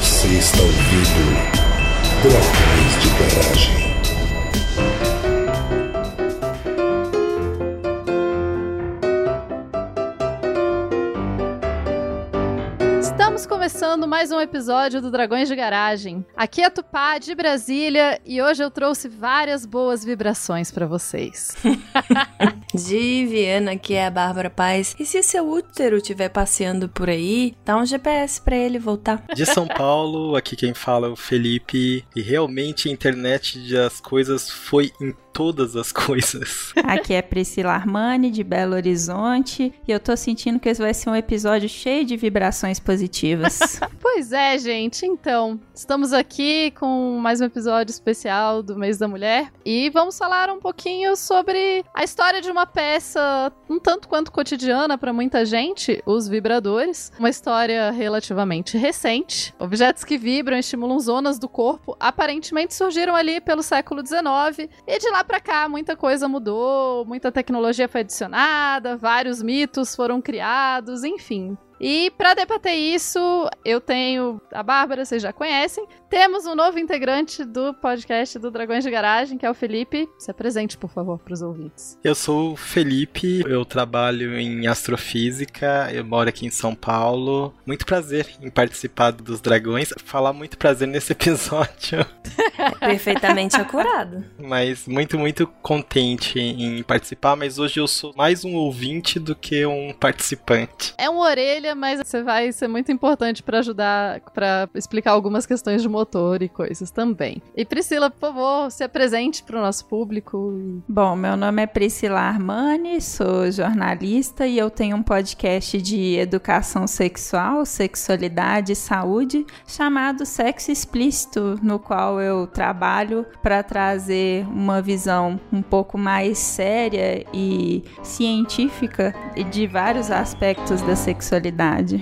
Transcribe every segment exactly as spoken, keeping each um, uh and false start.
Você está ouvindo Dragões de Garagem. Estamos começando mais um episódio do Dragões de Garagem. Aqui é Tupá, de Brasília, e hoje eu trouxe várias boas vibrações pra vocês. De Viena, aqui é a Bárbara Paz. E se seu útero estiver passeando por aí, dá um G P S pra ele voltar. De São Paulo, aqui quem fala é o Felipe. E realmente a internet das coisas foi em todas as coisas. Aqui é Priscila Armani, de Belo Horizonte. E eu tô sentindo que esse vai ser um episódio cheio de vibrações positivas. Pois é, gente. Então, estamos aqui com mais um episódio especial do Mês da Mulher. E vamos falar um pouquinho sobre a história de uma peça um tanto quanto cotidiana para muita gente, os vibradores. Uma história relativamente recente. Objetos que vibram e estimulam zonas do corpo aparentemente surgiram ali pelo século dezenove. E de lá pra cá, muita coisa mudou, muita tecnologia foi adicionada, vários mitos foram criados, enfim. E pra debater isso, eu tenho a Bárbara, vocês já conhecem. Temos um novo integrante do podcast do Dragões de Garagem, que é o Felipe. Se apresente, por favor, pros ouvintes. Eu sou o Felipe, eu trabalho em astrofísica, eu moro aqui em São Paulo. Muito prazer em participar dos Dragões. Falar muito prazer nesse episódio. É perfeitamente acurado. Mas muito, muito contente em participar, mas hoje eu sou mais um ouvinte do que um participante. É um orelha, mas você vai ser muito importante pra ajudar, pra explicar algumas questões de motor e coisas também. E Priscila, por favor, se apresente pro nosso público. Bom, meu nome é Priscila Armani, sou jornalista e eu tenho um podcast de educação sexual, sexualidade e saúde chamado Sexo Explícito, no qual eu trabalho para trazer uma visão um pouco mais séria e científica de vários aspectos da sexualidade.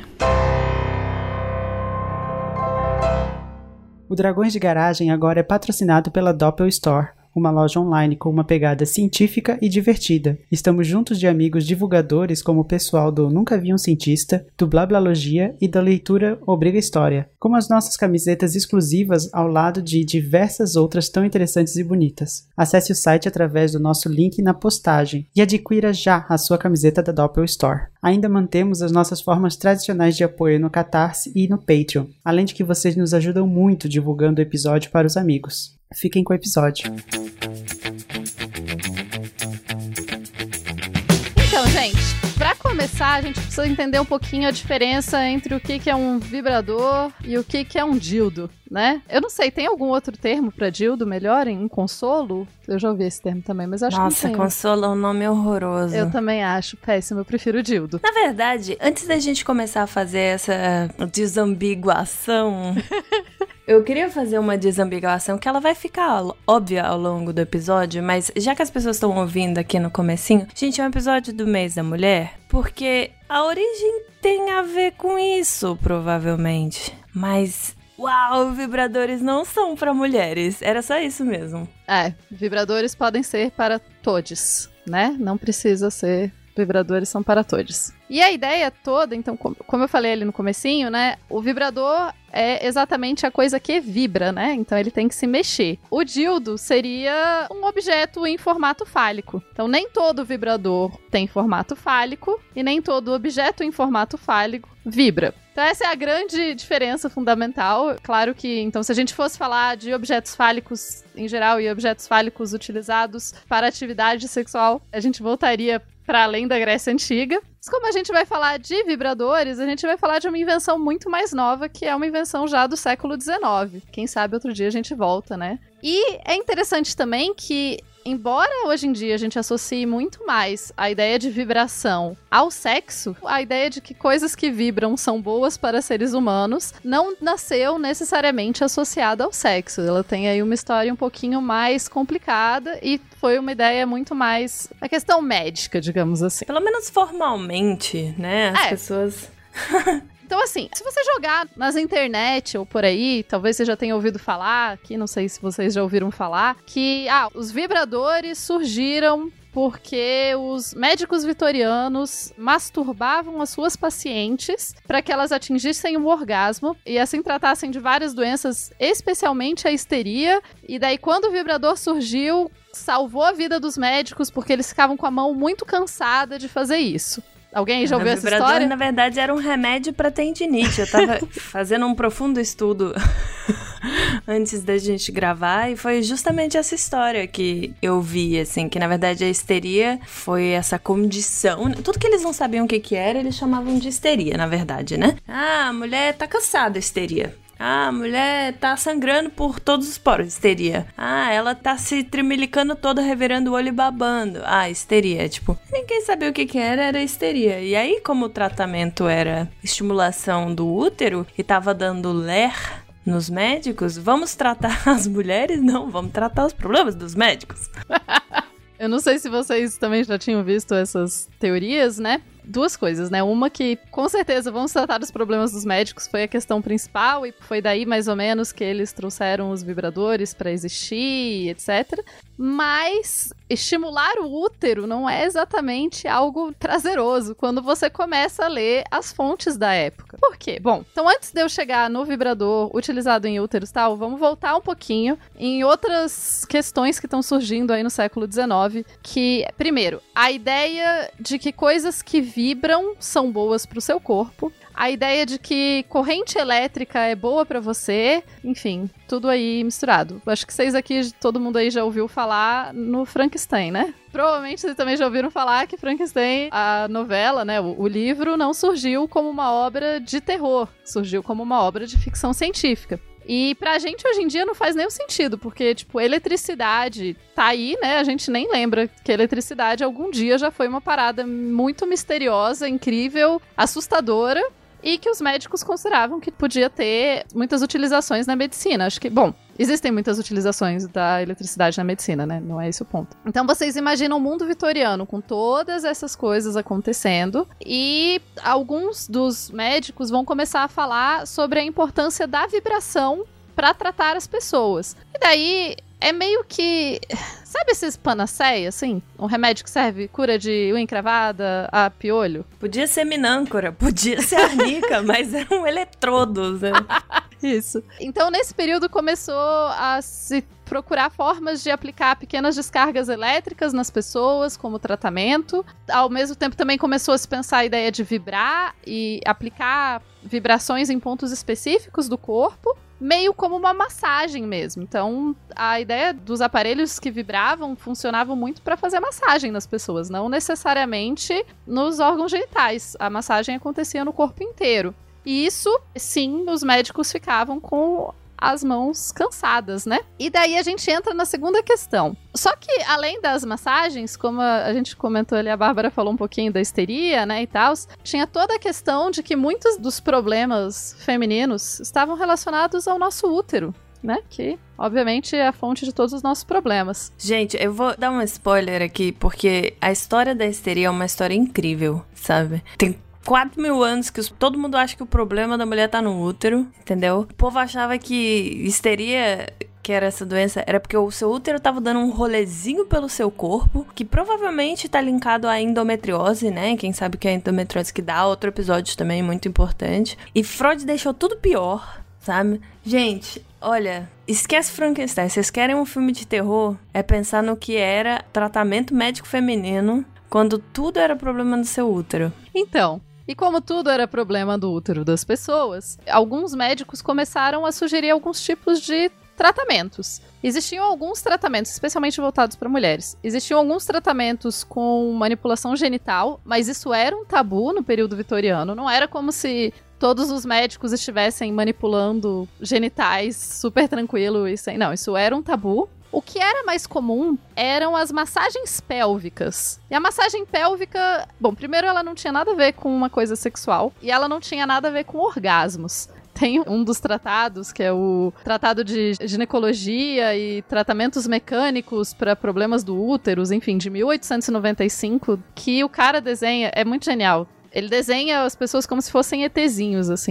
O Dragões de Garagem agora é patrocinado pela Doppel Store, uma loja online com uma pegada científica e divertida. Estamos juntos de amigos divulgadores como o pessoal do Nunca Vi um Cientista, do Blablalogia e da leitura Obriga História, como as nossas camisetas exclusivas ao lado de diversas outras tão interessantes e bonitas. Acesse o site através do nosso link na postagem e adquira já a sua camiseta da Doppel Store. Ainda mantemos as nossas formas tradicionais de apoio no Catarse e no Patreon, além de que vocês nos ajudam muito divulgando o episódio para os amigos. Fiquem com o episódio. Então, gente, pra começar, a gente precisa entender um pouquinho a diferença entre o que que é um vibrador e o que que é um dildo, né? Eu não sei, tem algum outro termo pra dildo melhor? Um consolo? Eu já ouvi esse termo também, mas acho Nossa, que não tem. Nossa, consolo é um nome horroroso. Eu também acho péssimo, eu prefiro dildo. Na verdade, antes da gente começar a fazer essa desambiguação... Eu queria fazer uma desambiguação que ela vai ficar óbvia ao longo do episódio, mas já que as pessoas estão ouvindo aqui no comecinho, gente, é um episódio do Mês da Mulher, porque a origem tem a ver com isso, provavelmente. Mas, uau, vibradores não são para mulheres, era só isso mesmo. É, vibradores podem ser para todes, né? Não precisa ser... Vibradores são para todos. E a ideia toda, então, como eu falei ali no comecinho, né? O vibrador é exatamente a coisa que vibra, né? Então ele tem que se mexer. O dildo seria um objeto em formato fálico. Então nem todo vibrador tem formato fálico e nem todo objeto em formato fálico vibra. Então essa é a grande diferença fundamental. Claro que, então, se a gente fosse falar de objetos fálicos em geral e objetos fálicos utilizados para atividade sexual, a gente voltaria para além da Grécia Antiga. Mas como a gente vai falar de vibradores, a gente vai falar de uma invenção muito mais nova, que é uma invenção já do século dezenove. Quem sabe outro dia a gente volta, né? E é interessante também que, embora hoje em dia a gente associe muito mais a ideia de vibração ao sexo, a ideia de que coisas que vibram são boas para seres humanos não nasceu necessariamente associada ao sexo. Ela tem aí uma história um pouquinho mais complicada e foi uma ideia muito mais a questão médica, digamos assim. Pelo menos formalmente, né? As é. pessoas... Então, assim, se você jogar nas internet ou por aí, talvez você já tenha ouvido falar, aqui não sei se vocês já ouviram falar, que ah, os vibradores surgiram porque os médicos vitorianos masturbavam as suas pacientes para que elas atingissem o orgasmo e assim tratassem de várias doenças, especialmente a histeria. E daí, quando o vibrador surgiu, salvou a vida dos médicos porque eles ficavam com a mão muito cansada de fazer isso. Alguém já ouviu essa vibrador, história? Na verdade, era um remédio pra tendinite. Eu tava fazendo um profundo estudo antes da gente gravar e foi justamente essa história que eu vi, assim, que na verdade a histeria foi essa condição. Tudo que eles não sabiam o que que era, eles chamavam de histeria, na verdade, né? Ah, a mulher tá cansada, histeria. Ah, a mulher tá sangrando por todos os poros, histeria. Ah, ela tá se tremilicando toda, revirando o olho e babando. Ah, histeria. Tipo, ninguém sabia o que que era, era histeria. E aí, como o tratamento era estimulação do útero e tava dando ler nos médicos, vamos tratar as mulheres? Não, vamos tratar os problemas dos médicos. Eu não sei se vocês também já tinham visto essas teorias, né? Duas coisas, né? Uma que, com certeza, vamos tratar dos problemas dos médicos, foi a questão principal, e foi daí, mais ou menos, que eles trouxeram os vibradores pra existir, etcétera. Mas estimular o útero não é exatamente algo prazeroso quando você começa a ler as fontes da época. Por quê? Bom, então antes de eu chegar no vibrador utilizado em úteros e tal, vamos voltar um pouquinho em outras questões que estão surgindo aí no século dezenove, que, primeiro, a ideia de que coisas que vibram são boas pro seu corpo, a ideia de que corrente elétrica é boa pra você, enfim, tudo aí misturado. Acho que vocês aqui, todo mundo aí já ouviu falar no Frankenstein, né? Provavelmente vocês também já ouviram falar que Frankenstein, a novela, né, o, o livro, não surgiu como uma obra de terror, surgiu como uma obra de ficção científica. E pra gente, hoje em dia, não faz nenhum sentido, porque, tipo, eletricidade tá aí, né? A gente nem lembra que eletricidade algum dia já foi uma parada muito misteriosa, incrível, assustadora, e que os médicos consideravam que podia ter muitas utilizações na medicina. Acho que, bom, existem muitas utilizações da eletricidade na medicina, né? Não é esse o ponto. Então vocês imaginam o mundo vitoriano com todas essas coisas acontecendo e alguns dos médicos vão começar a falar sobre a importância da vibração para tratar as pessoas. E daí é meio que... Sabe esses panaceia, assim? Um remédio que serve cura de unha encravada a piolho? Podia ser minâncora, podia ser arnica, mas eram eletrodos, né? Isso. Então, nesse período, começou a se procurar formas de aplicar pequenas descargas elétricas nas pessoas como tratamento. Ao mesmo tempo, também começou a se pensar a ideia de vibrar e aplicar vibrações em pontos específicos do corpo, meio como uma massagem mesmo. Então, a ideia dos aparelhos que vibravam funcionavam muito para fazer massagem nas pessoas, não necessariamente nos órgãos genitais. A massagem acontecia no corpo inteiro. E isso, sim, os médicos ficavam com as mãos cansadas, né? E daí a gente entra na segunda questão. Só que, além das massagens, como a gente comentou ali, a Bárbara falou um pouquinho da histeria, né, e tal, tinha toda a questão de que muitos dos problemas femininos estavam relacionados ao nosso útero, né? Que, obviamente, é a fonte de todos os nossos problemas. Gente, eu vou dar um spoiler aqui, porque a história da histeria é uma história incrível, sabe? Tem quatro mil anos que os, todo mundo acha que o problema da mulher tá no útero, entendeu? O povo achava que histeria, que era essa doença, era porque o seu útero tava dando um rolezinho pelo seu corpo, que provavelmente tá linkado à endometriose, né? Quem sabe que é a endometriose que dá, outro episódio também muito importante. E Freud deixou tudo pior, sabe? Gente, olha, esquece Frankenstein. Vocês querem um filme de terror? É pensar no que era tratamento médico feminino quando tudo era problema do seu útero. Então... E como tudo era problema do útero das pessoas, alguns médicos começaram a sugerir alguns tipos de tratamentos. Existiam alguns tratamentos, especialmente voltados para mulheres. Existiam alguns tratamentos com manipulação genital, mas isso era um tabu no período vitoriano. Não era como se todos os médicos estivessem manipulando genitais super tranquilo e sem... Não, isso era um tabu. O que era mais comum eram as massagens pélvicas. E a massagem pélvica, bom, primeiro ela não tinha nada a ver com uma coisa sexual e ela não tinha nada a ver com orgasmos. Tem um dos tratados, que é o Tratado de Ginecologia e Tratamentos Mecânicos para Problemas do Útero, enfim, de mil oitocentos e noventa e cinco, que o cara desenha, é muito genial. Ele desenha as pessoas como se fossem ETzinhos, assim,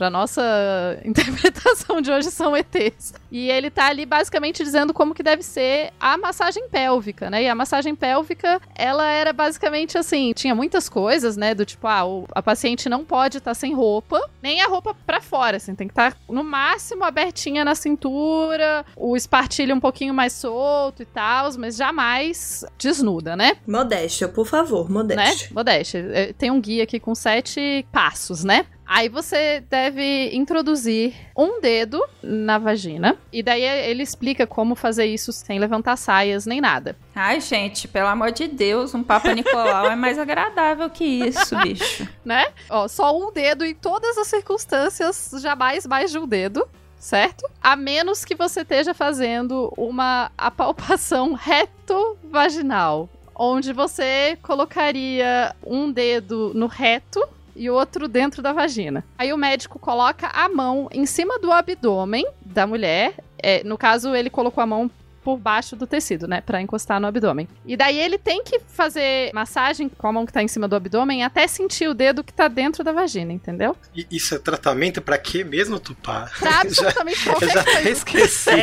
pra nossa interpretação de hoje são E Tês. E ele tá ali basicamente dizendo como que deve ser a massagem pélvica, né? E a massagem pélvica, ela era basicamente assim, tinha muitas coisas, né? Do tipo, ah, o, a paciente não pode estar tá sem roupa, nem a roupa pra fora, assim, tem que estar tá, no máximo abertinha na cintura, o espartilho um pouquinho mais solto e tal, mas jamais desnuda, né? Modéstia, por favor, modéstia. Né? Modéstia. Tem um guia aqui com sete passos, né? Aí você deve introduzir um dedo na vagina. E daí ele explica como fazer isso sem levantar saias nem nada. Ai, gente, pelo amor de Deus, um Papa Nicolau é mais agradável que isso, bicho. Né? Ó, só um dedo em todas as circunstâncias, jamais mais de um dedo. Certo? A menos que você esteja fazendo uma apalpação reto-vaginal, onde você colocaria um dedo no reto e outro dentro da vagina. Aí o médico coloca a mão em cima do abdômen da mulher. É, no caso, ele colocou a mão por baixo do tecido, né? Pra encostar no abdômen. E daí ele tem que fazer massagem com a mão que tá em cima do abdômen até sentir o dedo que tá dentro da vagina, entendeu? E isso é tratamento pra quê mesmo, Tupá? Pra absolutamente já, qualquer eu já coisa. até esqueci.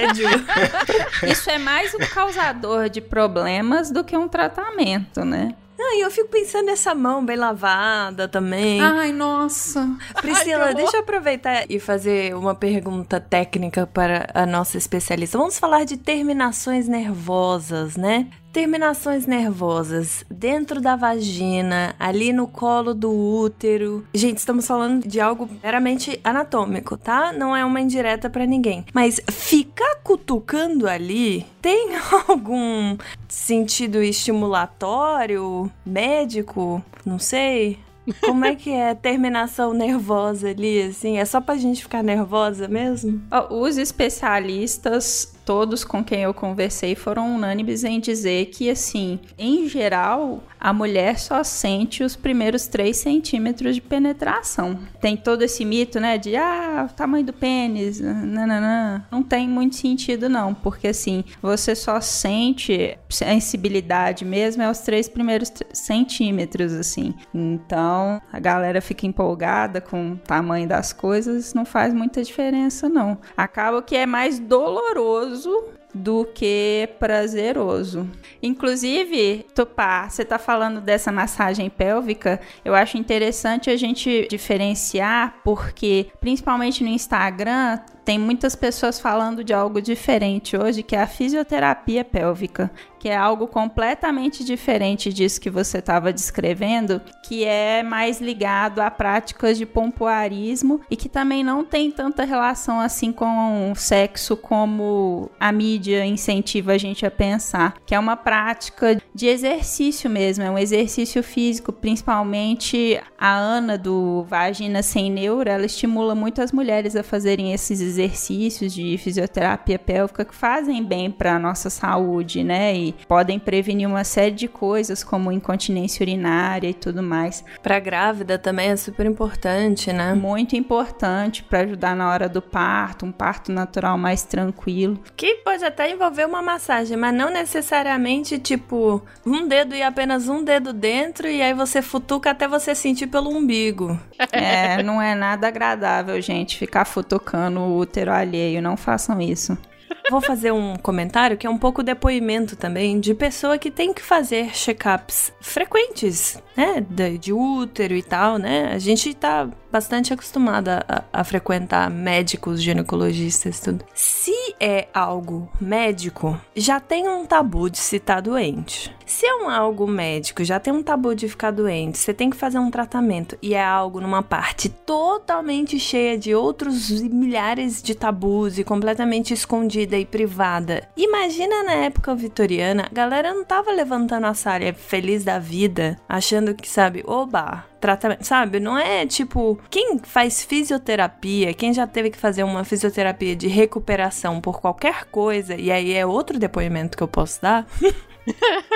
Isso é mais um causador de problemas do que um tratamento, né? Não, e eu fico pensando nessa mão bem lavada também. Ai, nossa. Priscila, Ai, deixa eu aproveitar e fazer uma pergunta técnica para a nossa especialista. Vamos falar de terminações nervosas, né? Terminações nervosas dentro da vagina, ali no colo do útero. Gente, estamos falando de algo meramente anatômico, tá? Não é uma indireta pra ninguém. Mas ficar cutucando ali tem algum sentido estimulatório, médico? Não sei. Como é que é terminação nervosa ali, assim? É só pra gente ficar nervosa mesmo? Os especialistas, todos com quem eu conversei, foram unânimes em dizer que, assim, em geral, a mulher só sente os primeiros três centímetros de penetração. Tem todo esse mito, né, de, ah, o tamanho do pênis, nananã. Não tem muito sentido, não, porque, assim, você só sente sensibilidade mesmo é os três primeiros centímetros, assim. Então, a galera fica empolgada com o tamanho das coisas, não faz muita diferença, não. Acaba que é mais doloroso do que prazeroso. Inclusive, Tupá, você tá falando dessa massagem pélvica, eu acho interessante a gente diferenciar, porque principalmente no Instagram tem muitas pessoas falando de algo diferente hoje, que é a fisioterapia pélvica, que é algo completamente diferente disso que você estava descrevendo, que é mais ligado a práticas de pompoarismo e que também não tem tanta relação assim com o sexo como a mídia incentiva a gente a pensar, que é uma prática de exercício mesmo, é um exercício físico, principalmente a Ana do Vagina Sem Neuro, ela estimula muito as mulheres a fazerem esses exercícios de fisioterapia pélvica que fazem bem para a nossa saúde, né? E podem prevenir uma série de coisas, como incontinência urinária e tudo mais. Pra grávida também é super importante, né? Muito importante para ajudar na hora do parto, um parto natural mais tranquilo. Que pode até envolver uma massagem, mas não necessariamente, tipo, um dedo e apenas um dedo dentro e aí você futuca até você sentir pelo umbigo. É, não é nada agradável, gente, ficar futucando o útero alheio, não façam isso. Vou fazer um comentário que é um pouco depoimento também de pessoa que tem que fazer check-ups frequentes, né, de, de útero e tal, né, a gente tá bastante acostumada a, a frequentar médicos, ginecologistas, tudo. Se é algo médico, já tem um tabu de se estar doente. Se é um algo médico, já tem um tabu de ficar doente, você tem que fazer um tratamento e é algo numa parte totalmente cheia de outros milhares de tabus e completamente escondida e privada. Imagina na época vitoriana, a galera não tava levantando a saia feliz da vida, achando que, sabe, oba, tratamento, sabe? Não é tipo, quem faz fisioterapia, quem já teve que fazer uma fisioterapia de recuperação por qualquer coisa, e aí é outro depoimento que eu posso dar...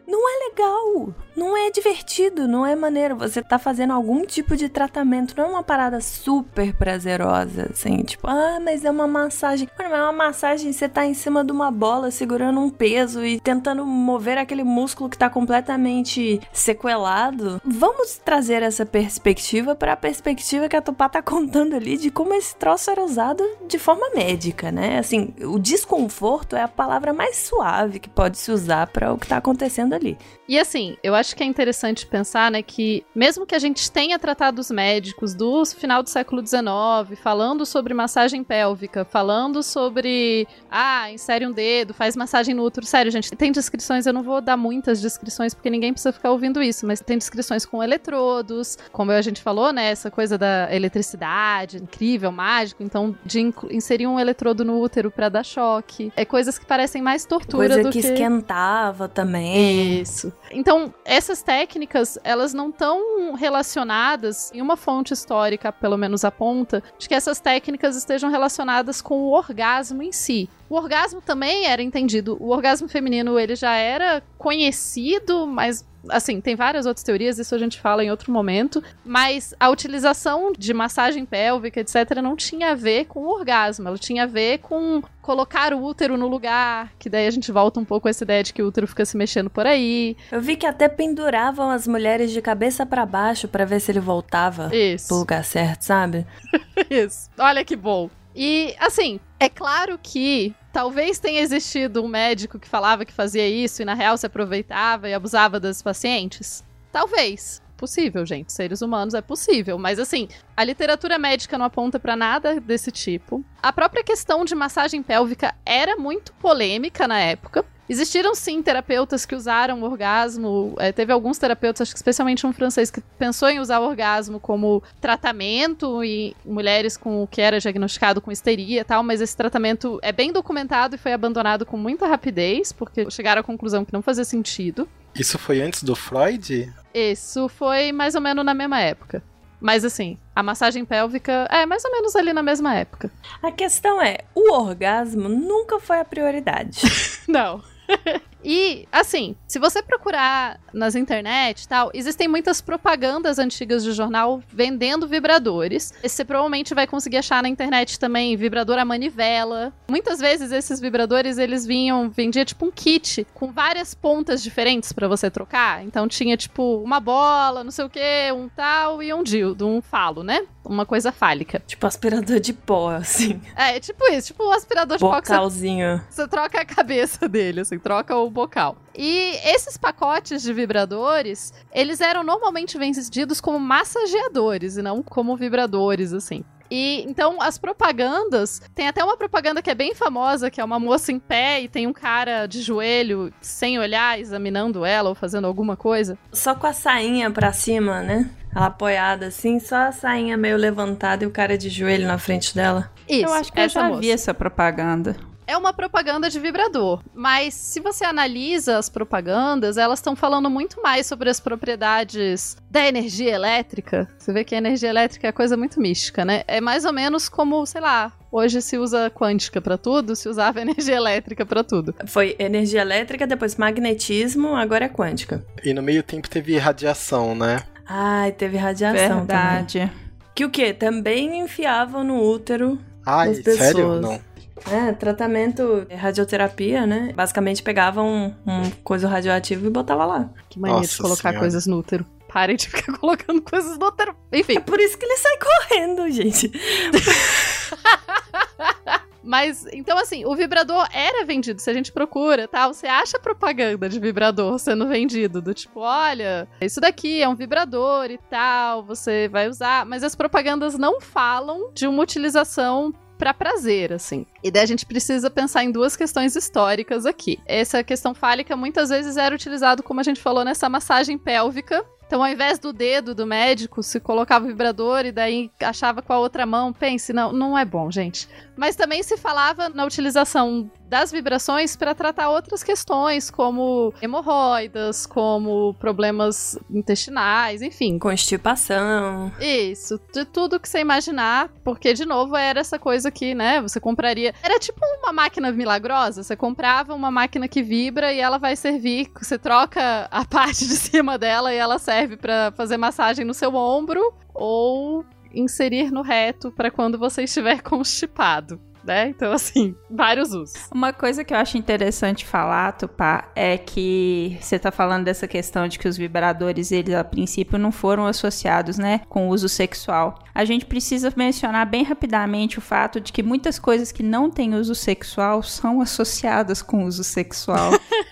não é legal, não é divertido, não é maneiro. Você tá fazendo algum tipo de tratamento, não é uma parada super prazerosa, assim, tipo, ah, mas é uma massagem. Mano, mas é uma massagem, você tá em cima de uma bola segurando um peso e tentando mover aquele músculo que tá completamente sequelado. Vamos trazer essa perspectiva pra perspectiva que a Tupá tá contando ali de como esse troço era usado de forma médica, né? Assim, o desconforto é a palavra mais suave que pode se usar pra o que tá acontecendo ali. E assim, eu acho que é interessante pensar, né, que mesmo que a gente tenha tratados médicos do final do século dezenove, falando sobre massagem pélvica, falando sobre, ah, insere um dedo, faz massagem no útero. Sério, gente, tem descrições, eu não vou dar muitas descrições porque ninguém precisa ficar ouvindo isso, mas tem descrições com eletrodos, como a gente falou, né, essa coisa da eletricidade, incrível, mágico, então de inserir um eletrodo no útero pra dar choque. É coisas que parecem mais tortura Coisa do que que... esquentava também. Isso. Então, essas técnicas, elas não estão relacionadas, em uma fonte histórica, pelo menos aponta, de que essas técnicas estejam relacionadas com o orgasmo em si. O orgasmo também era entendido. O orgasmo feminino, ele já era conhecido, mas, assim, tem várias outras teorias, isso a gente fala em outro momento, mas a utilização de massagem pélvica, etcétera, não tinha a ver com o orgasmo, ela tinha a ver com colocar o útero no lugar, que daí a gente volta um pouco a essa ideia de que o útero fica se mexendo por aí. Eu vi que até penduravam as mulheres de cabeça pra baixo pra ver se ele voltava Isso. pro lugar certo, sabe? Isso. Olha que bom. E, assim, é claro que talvez tenha existido um médico que falava que fazia isso e, na real, se aproveitava e abusava das pacientes. Talvez. Possível, gente. Seres humanos é possível. Mas, assim, a literatura médica não aponta pra nada desse tipo. A própria questão de massagem pélvica era muito polêmica na época. Existiram, sim, terapeutas que usaram o orgasmo. É, teve alguns terapeutas, acho que especialmente um francês, que pensou em usar o orgasmo como tratamento em mulheres com o que era diagnosticado com histeria e tal, mas esse tratamento é bem documentado e foi abandonado com muita rapidez, porque chegaram à conclusão que não fazia sentido. Isso foi antes do Freud? Isso foi mais ou menos na mesma época. Mas assim, a massagem pélvica é mais ou menos ali na mesma época. A questão é, o orgasmo nunca foi a prioridade. Não. E, assim, se você procurar nas internet e tal, existem muitas propagandas antigas de jornal vendendo vibradores. Você provavelmente vai conseguir achar na internet também vibrador à manivela. Muitas vezes esses vibradores, eles vinham, vendia tipo um kit com várias pontas diferentes pra você trocar. Então tinha tipo uma bola, não sei o que, um tal e um dildo, um falo, né? Uma coisa fálica. Tipo aspirador de pó, assim. É, tipo isso, tipo um aspirador de pó que você, Bocalzinho. você troca a cabeça dele, assim, troca o bocal. E esses pacotes de vibradores, eles eram normalmente vendidos como massageadores e não como vibradores, assim. E então as propagandas, tem até uma propaganda que é bem famosa, que é uma moça em pé e tem um cara de joelho sem olhar, examinando ela ou fazendo alguma coisa. Só com a sainha pra cima, né? Ela apoiada assim, só a sainha meio levantada e o cara de joelho na frente dela. Isso, eu acho que eu essa já moça. vi essa propaganda. É uma propaganda de vibrador, mas se você analisa as propagandas, elas estão falando muito mais sobre as propriedades da energia elétrica. Você vê que a energia elétrica é coisa muito mística, né? É mais ou menos como, sei lá, hoje se usa quântica pra tudo, se usava energia elétrica pra tudo. Foi energia elétrica, depois magnetismo, agora é quântica. E no meio tempo teve radiação, né? Ai, teve radiação Verdade. também. Que o quê? Também enfiavam no útero Ai, das pessoas. sério? Não. É, tratamento, radioterapia, né? Basicamente pegava um, um coisa radioativo e botava lá. Que mania Nossa de colocar senhora. coisas no útero. Parem de ficar colocando coisas no útero. Enfim. É por isso que ele sai correndo, gente. Mas, então assim, o vibrador era vendido, se a gente procura, tal, você acha propaganda de vibrador sendo vendido, do tipo, olha, isso daqui é um vibrador e tal, você vai usar, mas as propagandas não falam de uma utilização pra prazer, assim. E daí a gente precisa pensar em duas questões históricas aqui. Essa questão fálica muitas vezes era utilizado, como a gente falou, nessa massagem pélvica. Então, ao invés do dedo do médico, se colocava o vibrador e daí achava com a outra mão. Pense, não, não é bom, gente. Mas também se falava na utilização das vibrações para tratar outras questões, como hemorroidas, como problemas intestinais, enfim. Constipação. Isso, de tudo que você imaginar, porque, de novo, era essa coisa que, né, você compraria... Era tipo uma máquina milagrosa, você comprava uma máquina que vibra e ela vai servir, você troca a parte de cima dela e ela serve para fazer massagem no seu ombro, ou inserir no reto para quando você estiver constipado. Né? Então, assim, vários usos. Uma coisa que eu acho interessante falar, Tupá, é que você tá falando dessa questão de que os vibradores, eles a princípio não foram associados, né, com o uso sexual. A gente precisa mencionar bem rapidamente o fato de que muitas coisas que não têm uso sexual são associadas com uso sexual.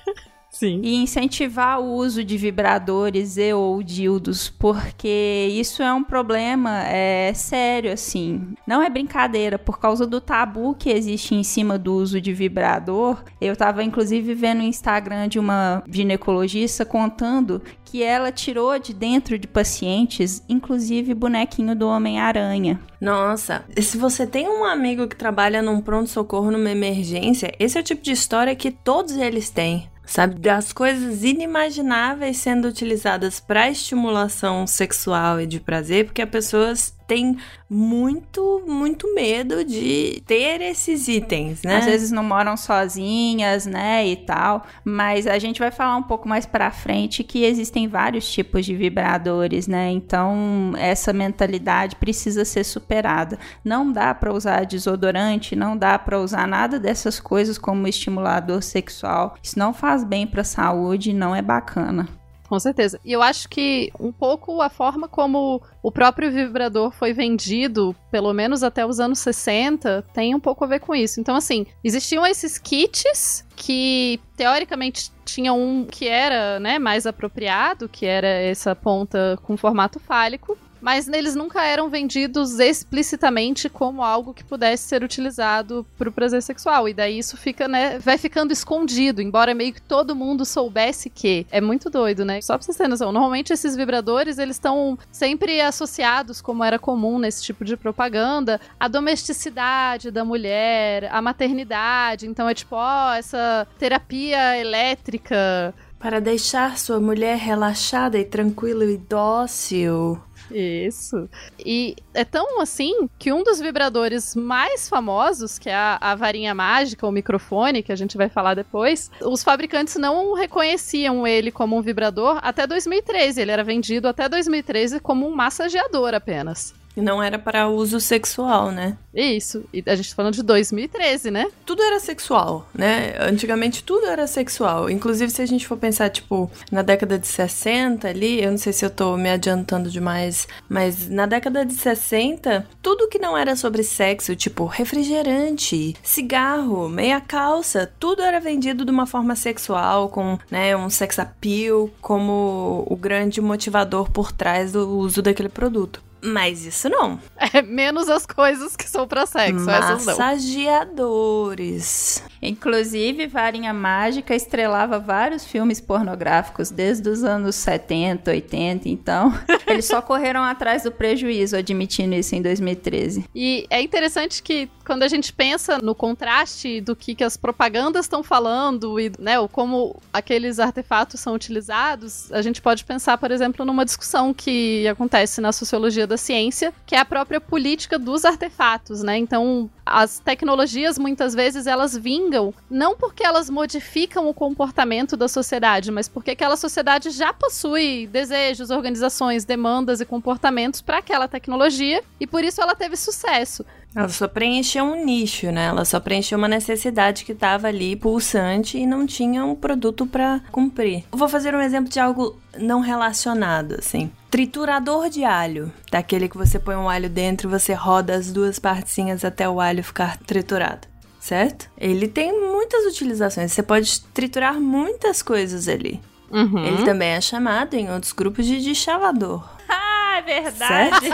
Sim. E incentivar o uso de vibradores e ou dildos, porque isso é um problema é, sério, assim. Não é brincadeira, por causa do tabu que existe em cima do uso de vibrador. Eu tava, inclusive, vendo o Instagram de uma ginecologista contando que ela tirou de dentro de pacientes, inclusive bonequinho do Homem-Aranha. Nossa, se você tem um amigo que trabalha num pronto-socorro, numa emergência, esse é o tipo de história que todos eles têm. Sabe, das coisas inimagináveis sendo utilizadas para estimulação sexual e de prazer, porque as pessoas têm muito, muito medo de ter esses itens, né? Às vezes não moram sozinhas, né, e tal, mas a gente vai falar um pouco mais pra frente que existem vários tipos de vibradores, né, então essa mentalidade precisa ser superada. Não dá pra usar desodorante, não dá pra usar nada dessas coisas como estimulador sexual, isso não faz bem pra saúde, não é bacana. Com certeza. E eu acho que um pouco a forma como o próprio vibrador foi vendido, pelo menos até os anos sessenta, tem um pouco a ver com isso. Então, assim, existiam esses kits que, teoricamente, tinham um que era, né, mais apropriado, que era essa ponta com formato fálico, mas eles nunca eram vendidos explicitamente como algo que pudesse ser utilizado para o prazer sexual. E daí isso fica, né, vai ficando escondido, embora meio que todo mundo soubesse que. É muito doido, né? Só pra vocês terem noção, normalmente esses vibradores, eles estão sempre associados, como era comum nesse tipo de propaganda, à domesticidade da mulher, à maternidade. Então é tipo, ó, essa terapia elétrica. Para deixar sua mulher relaxada e tranquila e dócil. Isso. E é tão assim que um dos vibradores mais famosos, que é a, a varinha mágica, o microfone, que a gente vai falar depois, os fabricantes não reconheciam ele como um vibrador até dois mil e treze. Ele era vendido até dois mil e treze como um massageador apenas. E não era para uso sexual, né? Isso. E a gente tá falando de dois mil e treze, né? Tudo era sexual, né? Antigamente tudo era sexual. Inclusive, se a gente for pensar, tipo, na década de sessenta ali, eu não sei se eu tô me adiantando demais, mas na década de sessenta, tudo que não era sobre sexo, tipo refrigerante, cigarro, meia calça, tudo era vendido de uma forma sexual, com, né, um sex appeal como o grande motivador por trás do uso daquele produto. Mas isso não. É menos as coisas que são pra sexo, essas não. Massageadores. Inclusive, Varinha Mágica estrelava vários filmes pornográficos desde os anos setenta, oitenta, então eles só correram atrás do prejuízo, admitindo isso em dois mil e treze. E é interessante que quando a gente pensa no contraste do que, que as propagandas estão falando e, né, ou como aqueles artefatos são utilizados, a gente pode pensar, por exemplo, numa discussão que acontece na sociologia da ciência, que é a própria política dos artefatos, né? Então, as tecnologias, muitas vezes, elas vingam não porque elas modificam o comportamento da sociedade, mas porque aquela sociedade já possui desejos, organizações, demandas e comportamentos para aquela tecnologia, e por isso ela teve sucesso. Ela só preencheu um nicho, né? Ela só preencheu uma necessidade que estava ali pulsante e não tinha um produto para cumprir. Eu vou fazer um exemplo de algo não relacionado, assim. Triturador de alho. Daquele que você põe um alho dentro e você roda as duas partezinhas até o alho ficar triturado. Certo? Ele tem muitas utilizações. Você pode triturar muitas coisas ali. Uhum. Ele também é chamado em outros grupos de deschavador. Ah, é verdade!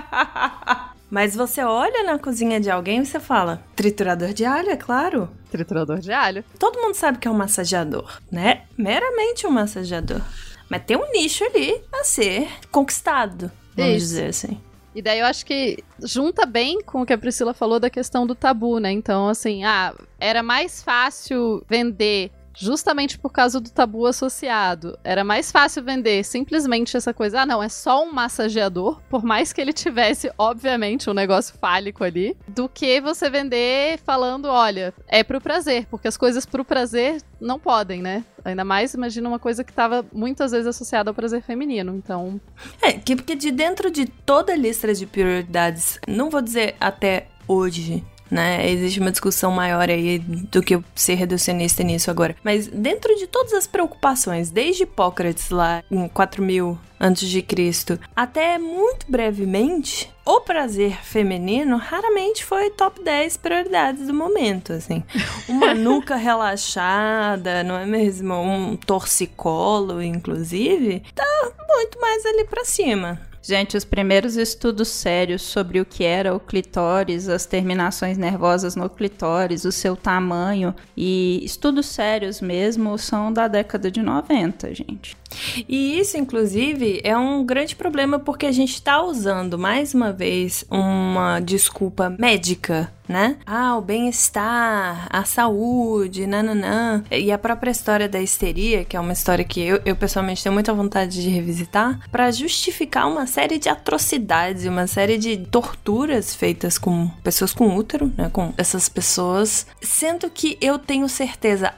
Mas você olha na cozinha de alguém e você fala, triturador de alho, é claro. Triturador de alho. Todo mundo sabe que é um massageador, né? Meramente um massageador. Mas tem um nicho ali a ser conquistado, vamos Isso. dizer assim. E daí eu acho que junta bem com o que a Priscila falou da questão do tabu, né? Então, assim, ah, era mais fácil vender justamente por causa do tabu associado. Era mais fácil vender simplesmente essa coisa, ah, não, é só um massageador, por mais que ele tivesse, obviamente, um negócio fálico ali, do que você vender falando, olha, é pro prazer, porque as coisas pro prazer não podem, né? Ainda mais, imagina uma coisa que estava muitas vezes associada ao prazer feminino, então... É, que porque de dentro de toda a lista de prioridades, não vou dizer até hoje, né? Existe uma discussão maior aí do que eu ser reducionista nisso agora. Mas dentro de todas as preocupações, desde Hipócrates lá em quatro mil antes de Cristo, até muito brevemente, o prazer feminino raramente foi top dez prioridades do momento, assim. Uma nuca relaxada, não é mesmo? Um torcicolo, inclusive, tá muito mais ali pra cima. Gente, os primeiros estudos sérios sobre o que era o clitóris, as terminações nervosas no clitóris, o seu tamanho e estudos sérios mesmo são da década de noventa, gente. E isso, inclusive, é um grande problema porque a gente tá usando, mais uma vez, uma desculpa médica, né? Ah, o bem-estar, a saúde, nananã. E a própria história da histeria, que é uma história que eu, eu pessoalmente tenho muita vontade de revisitar, pra justificar uma série de atrocidades e uma série de torturas feitas com pessoas com útero, né? Com essas pessoas. Sendo que eu tenho certeza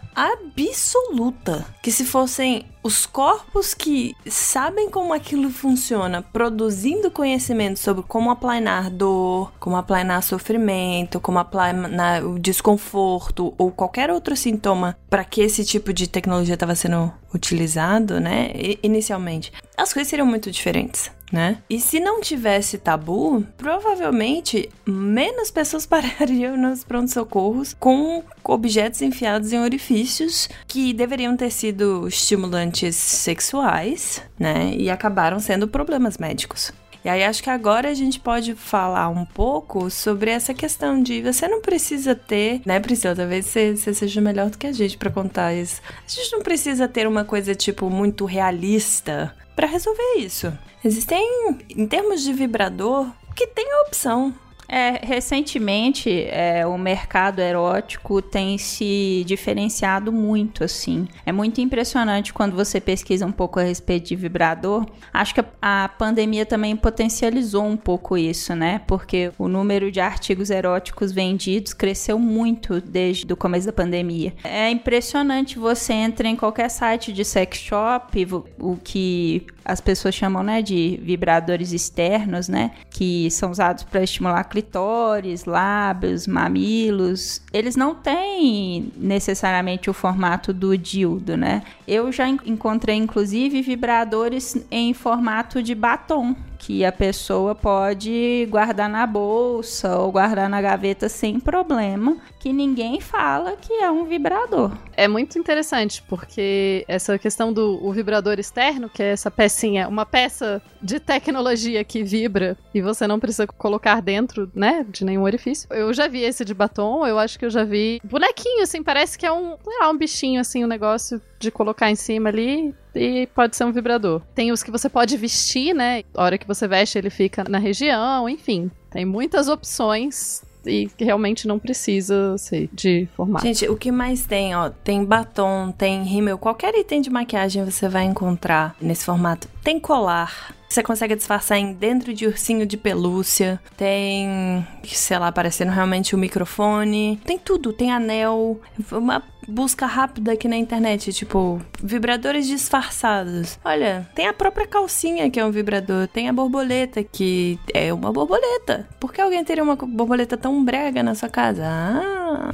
absoluta que se fossem os corpos que sabem como aquilo funciona, produzindo conhecimento sobre como aplanar dor, como aplanar sofrimento, como aplanar o desconforto ou qualquer outro sintoma para que esse tipo de tecnologia estava sendo utilizado, né, inicialmente, as coisas seriam muito diferentes. Né? E se não tivesse tabu, provavelmente menos pessoas parariam nos pronto-socorros com objetos enfiados em orifícios que deveriam ter sido estimulantes sexuais, né? E acabaram sendo problemas médicos. E aí acho que agora a gente pode falar um pouco sobre essa questão de você não precisa ter, né, Priscila? Talvez você, você seja melhor do que a gente pra contar isso. A gente não precisa ter uma coisa, tipo, muito realista pra resolver isso. Existem, em termos de vibrador, que tem a opção. É, recentemente, é, o mercado erótico tem se diferenciado muito, assim. É muito impressionante quando você pesquisa um pouco a respeito de vibrador. Acho que a, a pandemia também potencializou um pouco isso, né? Porque o número de artigos eróticos vendidos cresceu muito desde o começo da pandemia. É impressionante, você entra em qualquer site de sex shop, o, o que as pessoas chamam, né, de vibradores externos, né? Que são usados para estimular clitóris, lábios, mamilos. Eles não têm necessariamente o formato do dildo, né? Eu já encontrei, inclusive, vibradores em formato de batom, que a pessoa pode guardar na bolsa ou guardar na gaveta sem problema, que ninguém fala que é um vibrador. É muito interessante, porque essa questão do o vibrador externo, que é essa pecinha, uma peça de tecnologia que vibra e você não precisa colocar dentro, né, de nenhum orifício. Eu já vi esse de batom, eu acho que eu já vi bonequinho, assim, parece que é um, sei lá, um bichinho, assim, um negócio de colocar em cima ali e pode ser um vibrador. Tem os que você pode vestir, né, a hora que você veste ele fica na região, enfim. Tem muitas opções e que realmente não precisa ser de formato. Gente, o que mais tem, ó, tem batom, tem rímel, qualquer item de maquiagem você vai encontrar nesse formato. Tem colar, você consegue disfarçar em dentro de ursinho de pelúcia, tem, sei lá, parecendo realmente um microfone, tem tudo, tem anel, uma busca rápida aqui na internet, tipo, vibradores disfarçados. Olha, tem a própria calcinha que é um vibrador, tem a borboleta que é uma borboleta. Por que alguém teria uma borboleta tão brega na sua casa? Ah...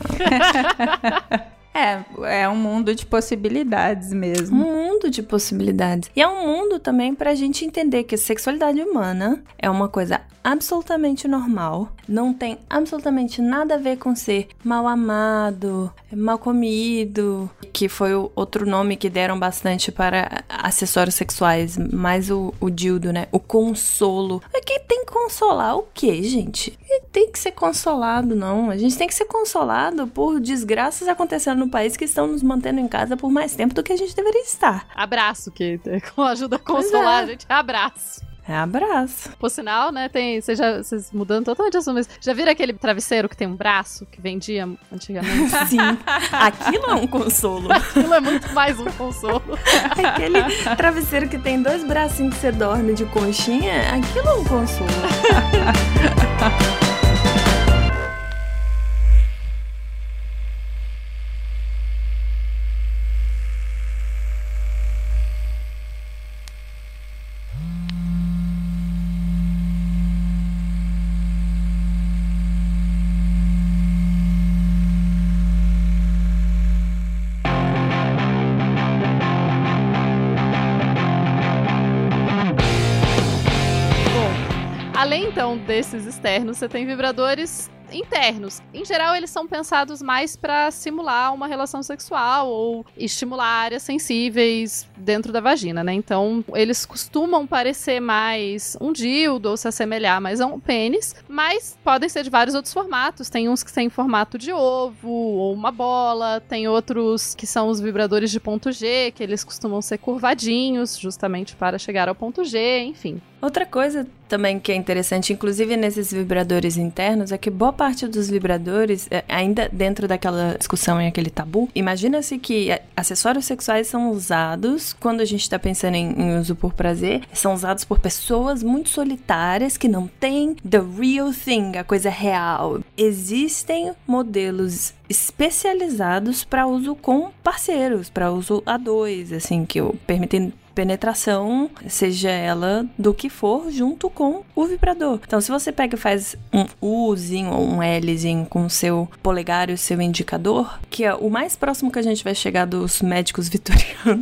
É, é um mundo de possibilidades mesmo. Um mundo de possibilidades. E é um mundo também pra gente entender que a sexualidade humana é uma coisa absolutamente normal. Não tem absolutamente nada a ver com ser mal amado, mal comido, que foi o outro nome que deram bastante para acessórios sexuais, mais o, o dildo, né? O consolo. Quem tem que consolar o quê, gente? Tem que ser consolado, não. A gente tem que ser consolado por desgraças acontecendo no país que estão nos mantendo em casa por mais tempo do que a gente deveria estar. Abraço, que com ajuda a consolar, é. A gente abraço. É abraço. Por sinal, né, tem, vocês, já, vocês mudando totalmente de assunto, mas já viram aquele travesseiro que tem um braço, que vendia antigamente? Sim, aquilo é um consolo. Aquilo é muito mais um consolo. Aquele travesseiro que tem dois bracinhos que você dorme de conchinha, aquilo é um consolo. Além, então, desses externos, você tem vibradores internos. Em geral, eles são pensados mais para simular uma relação sexual ou estimular áreas sensíveis dentro da vagina, né? Então, eles costumam parecer mais um dildo ou se assemelhar mais a um pênis, mas podem ser de vários outros formatos. Tem uns que têm formato de ovo ou uma bola, tem outros que são os vibradores de ponto G, que eles costumam ser curvadinhos, justamente para chegar ao ponto G, enfim. Outra coisa também que é interessante, inclusive nesses vibradores internos, é que boa parte dos vibradores, ainda dentro daquela discussão e aquele tabu, imagina-se que acessórios sexuais são usados, quando a gente está pensando em, em uso por prazer, são usados por pessoas muito solitárias que não têm the real thing, a coisa real. Existem modelos especializados para uso com parceiros, para uso a dois, assim, que permitem penetração, seja ela do que for, junto com o vibrador. Então, se você pega e faz um Uzinho ou um Lzinho com o seu polegar e o seu indicador, que é o mais próximo que a gente vai chegar dos médicos vitorianos,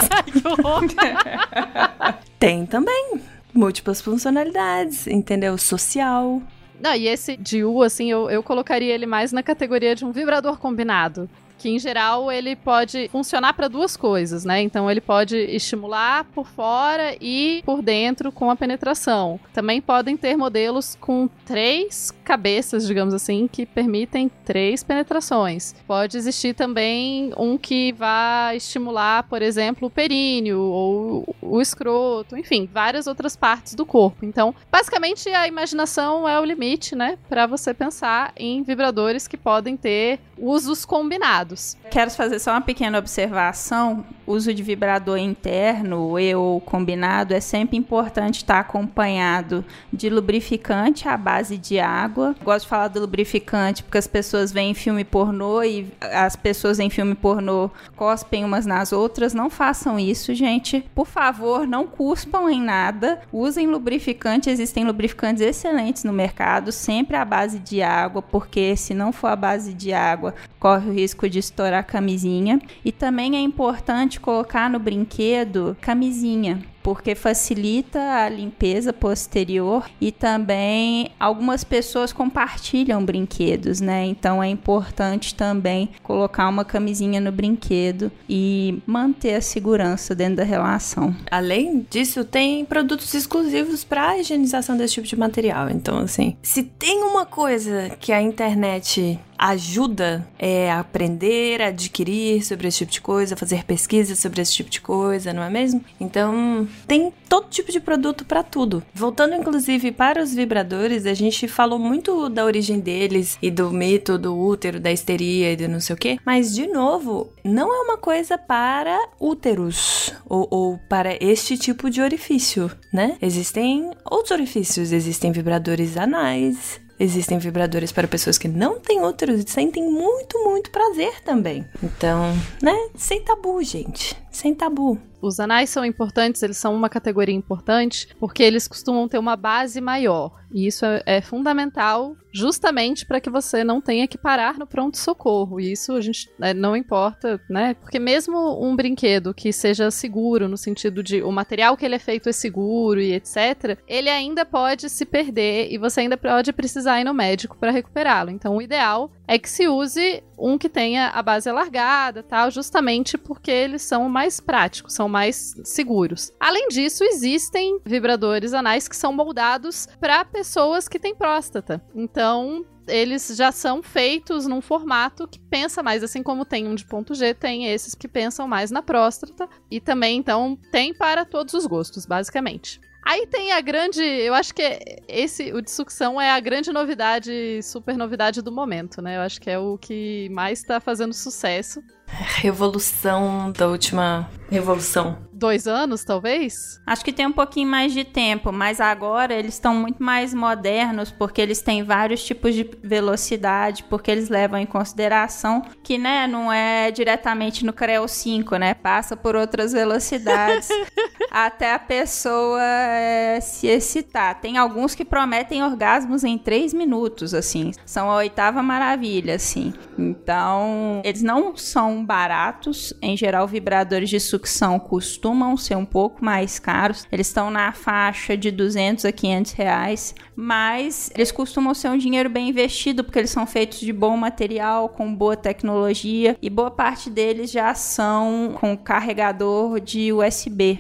tem também múltiplas funcionalidades, entendeu? Social. Não, e esse de U, assim, eu, eu colocaria ele mais na categoria de um vibrador combinado. Que, em geral, ele pode funcionar para duas coisas, né? Então, ele pode estimular por fora e por dentro com a penetração. Também podem ter modelos com três cabeças, digamos assim, que permitem três penetrações. Pode existir também um que vai estimular, por exemplo, o períneo ou o escroto, enfim, várias outras partes do corpo. Então, basicamente, a imaginação é o limite, né? Para você pensar em vibradores que podem ter usos combinados. Quero fazer só uma pequena observação. O uso de vibrador interno e ou combinado é sempre importante estar acompanhado de lubrificante à base de água. Gosto de falar do lubrificante porque as pessoas veem filme pornô e as pessoas em filme pornô cospem umas nas outras. Não façam isso, gente. Por favor, não cuspam em nada. Usem lubrificante. Existem lubrificantes excelentes no mercado, sempre à base de água, porque se não for à base de água, corre o risco de estourar a camisinha. E também é importante colocar no brinquedo camisinha, porque facilita a limpeza posterior e também algumas pessoas compartilham brinquedos, né? Então é importante também colocar uma camisinha no brinquedo e manter a segurança dentro da relação. Além disso, tem produtos exclusivos para a higienização desse tipo de material. Então, assim, se tem uma coisa que a internet ajuda é aprender, adquirir sobre esse tipo de coisa, fazer pesquisas sobre esse tipo de coisa, não é mesmo? Então, tem todo tipo de produto para tudo. Voltando, inclusive, para os vibradores, a gente falou muito da origem deles e do mito do útero, da histeria e do não sei o quê, mas, de novo, não é uma coisa para úteros ou, ou para este tipo de orifício, né? Existem outros orifícios, existem vibradores anais, existem vibradores para pessoas que não têm úteros e sentem muito, muito prazer também. Então, né? Sem tabu, gente. Sem tabu. Os anais são importantes, eles são uma categoria importante, porque eles costumam ter uma base maior. E isso é, é fundamental justamente para que você não tenha que parar no pronto-socorro. E isso a gente é, não importa, né? Porque mesmo um brinquedo que seja seguro, no sentido de o material que ele é feito é seguro e etcétera, ele ainda pode se perder e você ainda pode precisar ir no médico para recuperá-lo. Então, o ideal é que se use um que tenha a base alargada, tal, justamente porque eles são mais práticos, são mais seguros. Além disso, existem vibradores anais que são moldados para pessoas que têm próstata. Então, eles já são feitos num formato que pensa mais, assim como tem um de ponto G, tem esses que pensam mais na próstata. E também, então, tem para todos os gostos, basicamente. Aí tem a grande, eu acho que esse, o de sucção é a grande novidade, super novidade do momento, né? Eu acho que é o que mais tá fazendo sucesso. Revolução da última revolução. Dois anos, talvez? Acho que tem um pouquinho mais de tempo, mas agora eles estão muito mais modernos, porque eles têm vários tipos de velocidade, porque eles levam em consideração que, né, não é diretamente no Creo cinco, né? Passa por outras velocidades até a pessoa é, se excitar. Tem alguns que prometem orgasmos em três minutos, assim. São a oitava maravilha, assim. Então, eles não são baratos. Em geral, vibradores de sucção costumam ser um pouco mais caros. Eles estão na faixa de duzentos a quinhentos reais, mas eles costumam ser um dinheiro bem investido, porque eles são feitos de bom material, com boa tecnologia, e boa parte deles já são com carregador de U S B.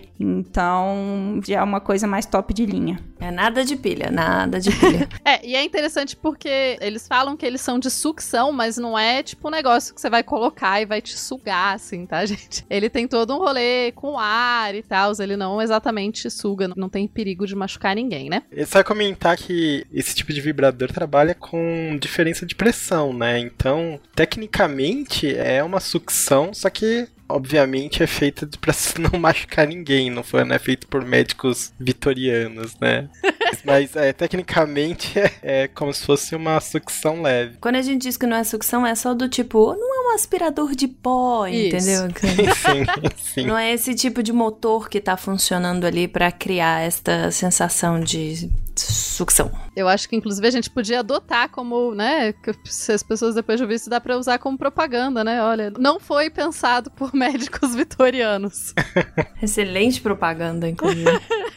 Então, já é uma coisa mais top de linha. É nada de pilha, nada de pilha. É, e é interessante porque eles falam que eles são de sucção, mas não é tipo um negócio que você vai colocar e vai te sugar, assim, tá, gente? Ele tem todo um rolê com ar e tal, ele não exatamente suga, não tem perigo de machucar ninguém, né? Eu só ia comentar que esse tipo de vibrador trabalha com diferença de pressão, né? Então, tecnicamente, é uma sucção, só que obviamente é feita pra não machucar ninguém, não foi, não é feito por médicos vitorianos, né? Mas é, tecnicamente é, é como se fosse uma sucção leve. Quando a gente diz que não é sucção, é só do tipo, não é um aspirador de pó, Isso. entendeu? Sim, sim. Não é esse tipo de motor que tá funcionando ali pra criar esta sensação de sucção. Eu acho que, inclusive, a gente podia adotar como, né, que se as pessoas depois de ouvir isso, dá pra usar como propaganda, né? Olha, não foi pensado por médicos vitorianos. Excelente propaganda, inclusive.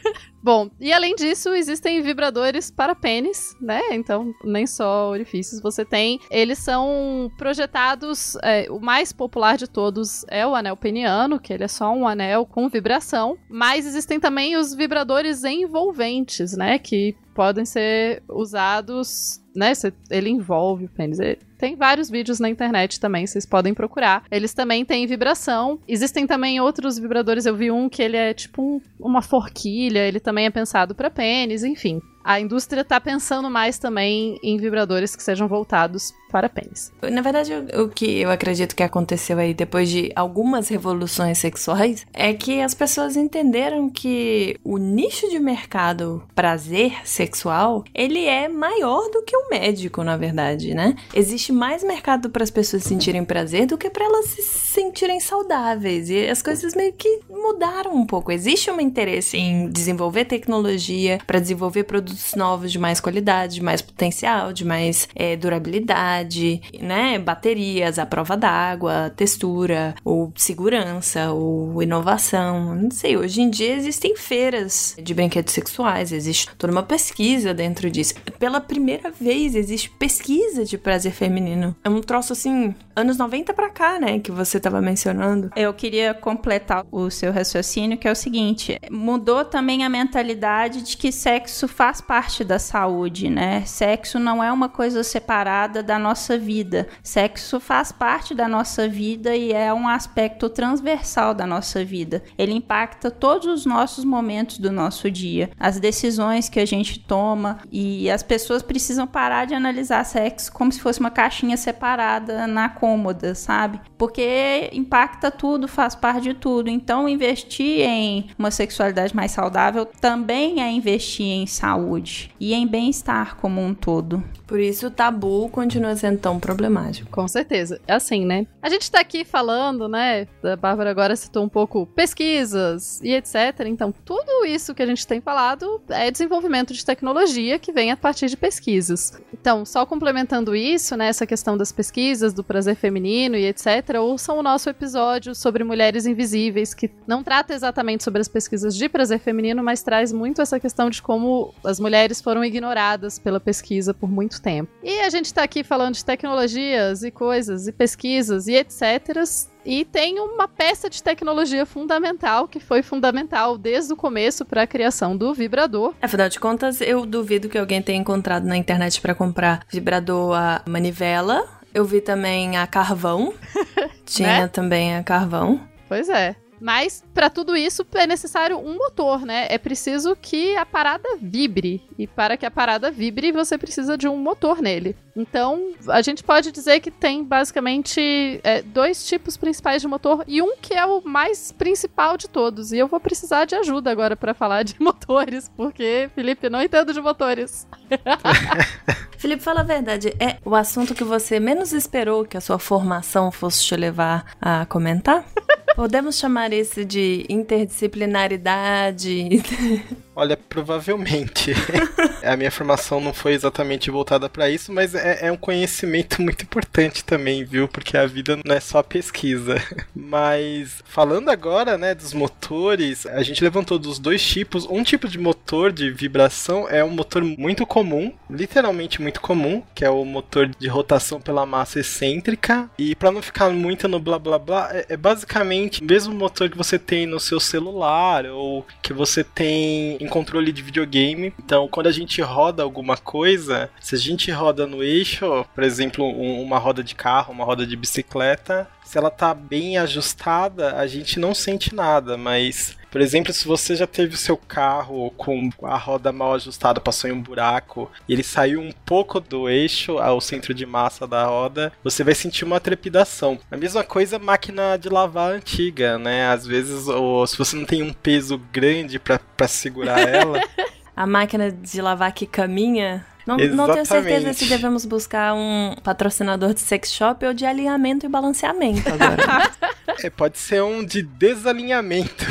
Bom, e além disso, existem vibradores para pênis, né? Então, nem só orifícios você tem. Eles são projetados, é, o mais popular de todos é o anel peniano, que ele é só um anel com vibração. Mas existem também os vibradores envolventes, né? Que podem ser usados, né? Ele envolve o pênis. Tem vários vídeos na internet também, vocês podem procurar. Eles também têm vibração. Existem também outros vibradores, eu vi um que ele é tipo um, uma forquilha, ele também é pensado para pênis, enfim. A indústria tá pensando mais também em vibradores que sejam voltados para pênis. Na verdade, o, o que eu acredito que aconteceu aí depois de algumas revoluções sexuais é que as pessoas entenderam que o nicho de mercado prazer sexual, ele é maior do que o médico, na verdade, né? Existe mais mercado para as pessoas sentirem prazer do que para elas se sentirem saudáveis. E as coisas meio que mudaram um pouco. Existe um interesse em desenvolver tecnologia para desenvolver produtos novos de mais qualidade, de mais potencial, de mais é, durabilidade, né? Baterias, a prova d'água, textura, ou segurança, ou inovação. Não sei, hoje em dia existem feiras de brinquedos sexuais, existe toda uma pesquisa dentro disso. Pela primeira vez existe pesquisa de prazer feminino. É um troço assim, anos noventa pra cá, né? Que você tava mencionando. Eu queria completar o seu raciocínio, que é o seguinte: mudou também a mentalidade de que sexo faz parte da saúde, né? Sexo não é uma coisa separada da nossa vida. Sexo faz parte da nossa vida e é um aspecto transversal da nossa vida. Ele impacta todos os nossos momentos do nosso dia, as decisões que a gente toma, e as pessoas precisam parar de analisar sexo como se fosse uma caixinha separada na cômoda, sabe? Porque impacta tudo, faz parte de tudo. Então, investir em uma sexualidade mais saudável também é investir em saúde e em bem-estar como um todo. Por isso o tabu continua sendo tão problemático. Com certeza. É assim, né? A gente tá aqui falando, né? A Bárbara agora citou um pouco pesquisas e etcétera. Então, tudo isso que a gente tem falado é desenvolvimento de tecnologia que vem a partir de pesquisas. Então, só complementando isso, né? Essa questão das pesquisas, do prazer feminino e etcétera. Ouçam o nosso episódio sobre mulheres invisíveis, que não trata exatamente sobre as pesquisas de prazer feminino, mas traz muito essa questão de como as mulheres foram ignoradas pela pesquisa por muito tempo. E a gente tá aqui falando de tecnologias e coisas e pesquisas e etcétera. E tem uma peça de tecnologia fundamental, que foi fundamental desde o começo para a criação do vibrador. Afinal de contas, eu duvido que alguém tenha encontrado na internet para comprar vibrador a manivela. Eu vi também a carvão. Tinha né? também a carvão. Pois é. Mas, para tudo isso, é necessário um motor, né? É preciso que a parada vibre. E para que a parada vibre, você precisa de um motor nele. Então, a gente pode dizer que tem, basicamente, é, dois tipos principais de motor. E um que é o mais principal de todos. E eu vou precisar de ajuda agora para falar de motores. Porque, Felipe, não entendo de motores. Felipe, fala a verdade. É o assunto que você menos esperou que a sua formação fosse te levar a comentar? Podemos chamar isso de interdisciplinaridade? Olha, provavelmente. A minha formação não foi exatamente voltada para isso, mas é, é um conhecimento muito importante também, viu? Porque a vida não é só pesquisa. Mas, falando agora, né, dos motores, a gente levantou dos dois tipos. Um tipo de motor de vibração é um motor muito comum, literalmente muito comum, que é o motor de rotação pela massa excêntrica. E para não ficar muito no blá blá blá, é, é basicamente o mesmo motor que você tem no seu celular ou que você tem em controle de videogame. Então, quando a gente roda alguma coisa, se a gente roda no eixo, por exemplo, um, uma roda de carro, uma roda de bicicleta, se ela tá bem ajustada, a gente não sente nada, mas, por exemplo, se você já teve o seu carro com a roda mal ajustada, passou em um buraco, e ele saiu um pouco do eixo ao centro de massa da roda, você vai sentir uma trepidação. A mesma coisa máquina de lavar antiga, né? Às vezes, ou, se você não tem um peso grande pra, pra segurar ela... A máquina de lavar que caminha... Não, não tenho certeza se devemos buscar um patrocinador de sex shop ou de alinhamento e balanceamento agora. É, pode ser um de desalinhamento.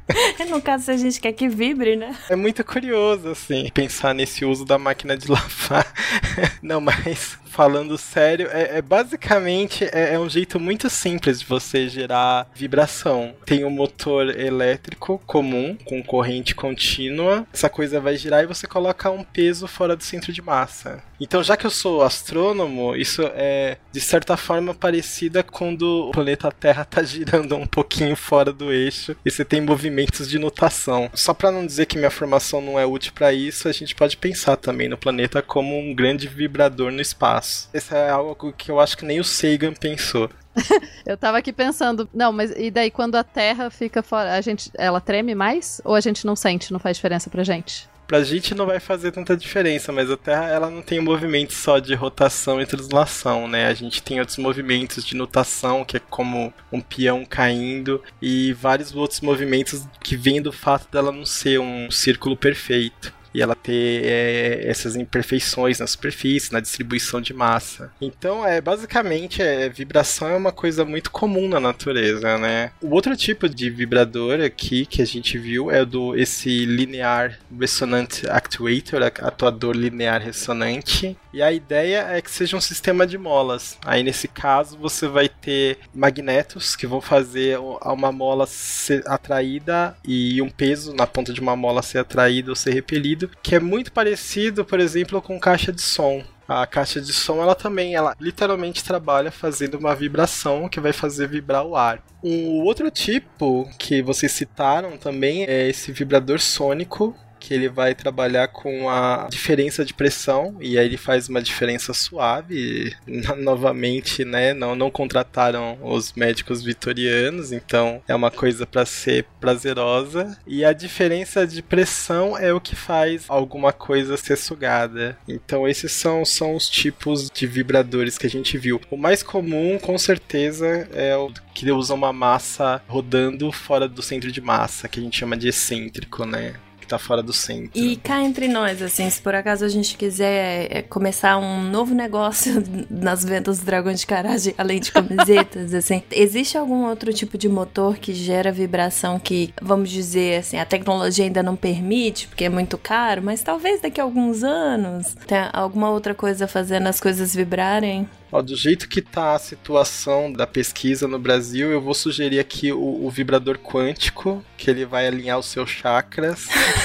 No caso, se a gente quer que vibre, né? É muito curioso, assim, pensar nesse uso da máquina de lavar. Não, mas falando sério, é, é basicamente é, é um jeito muito simples de você gerar vibração. Tem um motor elétrico comum, com corrente contínua. Essa coisa vai girar e você coloca um peso fora do centro de massa. Então, já que eu sou astrônomo, isso é, de certa forma, parecida quando o planeta Terra está girando um pouquinho fora do eixo e você tem movimentos de nutação. Só para não dizer que minha formação não é útil para isso, a gente pode pensar também no planeta como um grande vibrador no espaço. Isso é algo que eu acho que nem o Sagan pensou. Eu tava aqui pensando, não, mas e daí quando a Terra fica fora, a gente, ela treme mais? Ou a gente não sente, não faz diferença pra gente? Pra gente não vai fazer tanta diferença, mas a Terra ela não tem um movimento só de rotação e translação, né? A gente tem outros movimentos de nutação, que é como um peão caindo, e vários outros movimentos que vêm do fato dela não ser um círculo perfeito. E ela ter é, essas imperfeições na superfície, na distribuição de massa. Então, é basicamente, é, vibração é uma coisa muito comum na natureza, né? O outro tipo de vibrador aqui que a gente viu é o do esse Linear Resonant Actuator, atuador linear ressonante. E a ideia é que seja um sistema de molas. Aí, nesse caso, você vai ter magnetos que vão fazer uma mola ser atraída e um peso na ponta de uma mola ser atraído ou ser repelido, que é muito parecido, por exemplo, com caixa de som. A caixa de som, ela também, ela literalmente trabalha fazendo uma vibração que vai fazer vibrar o ar. Um outro tipo que vocês citaram também é esse vibrador sônico, que ele vai trabalhar com a diferença de pressão, e aí ele faz uma diferença suave. Novamente, né, não, não contrataram os médicos vitorianos, então é uma coisa para ser prazerosa. E a diferença de pressão é o que faz alguma coisa ser sugada. Então esses são, são os tipos de vibradores que a gente viu. O mais comum, com certeza, é o que usa uma massa rodando fora do centro de massa, que a gente chama de excêntrico, né? Tá fora do centro. E cá entre nós, assim, se por acaso a gente quiser começar um novo negócio nas vendas do Dragões de Garagem, além de camisetas, assim, existe algum outro tipo de motor que gera vibração que, vamos dizer, assim, a tecnologia ainda não permite, porque é muito caro, mas talvez daqui a alguns anos tenha alguma outra coisa fazendo as coisas vibrarem? Ó, do jeito que tá a situação da pesquisa no Brasil, eu vou sugerir aqui o, o vibrador quântico, que ele vai alinhar os seus chakras.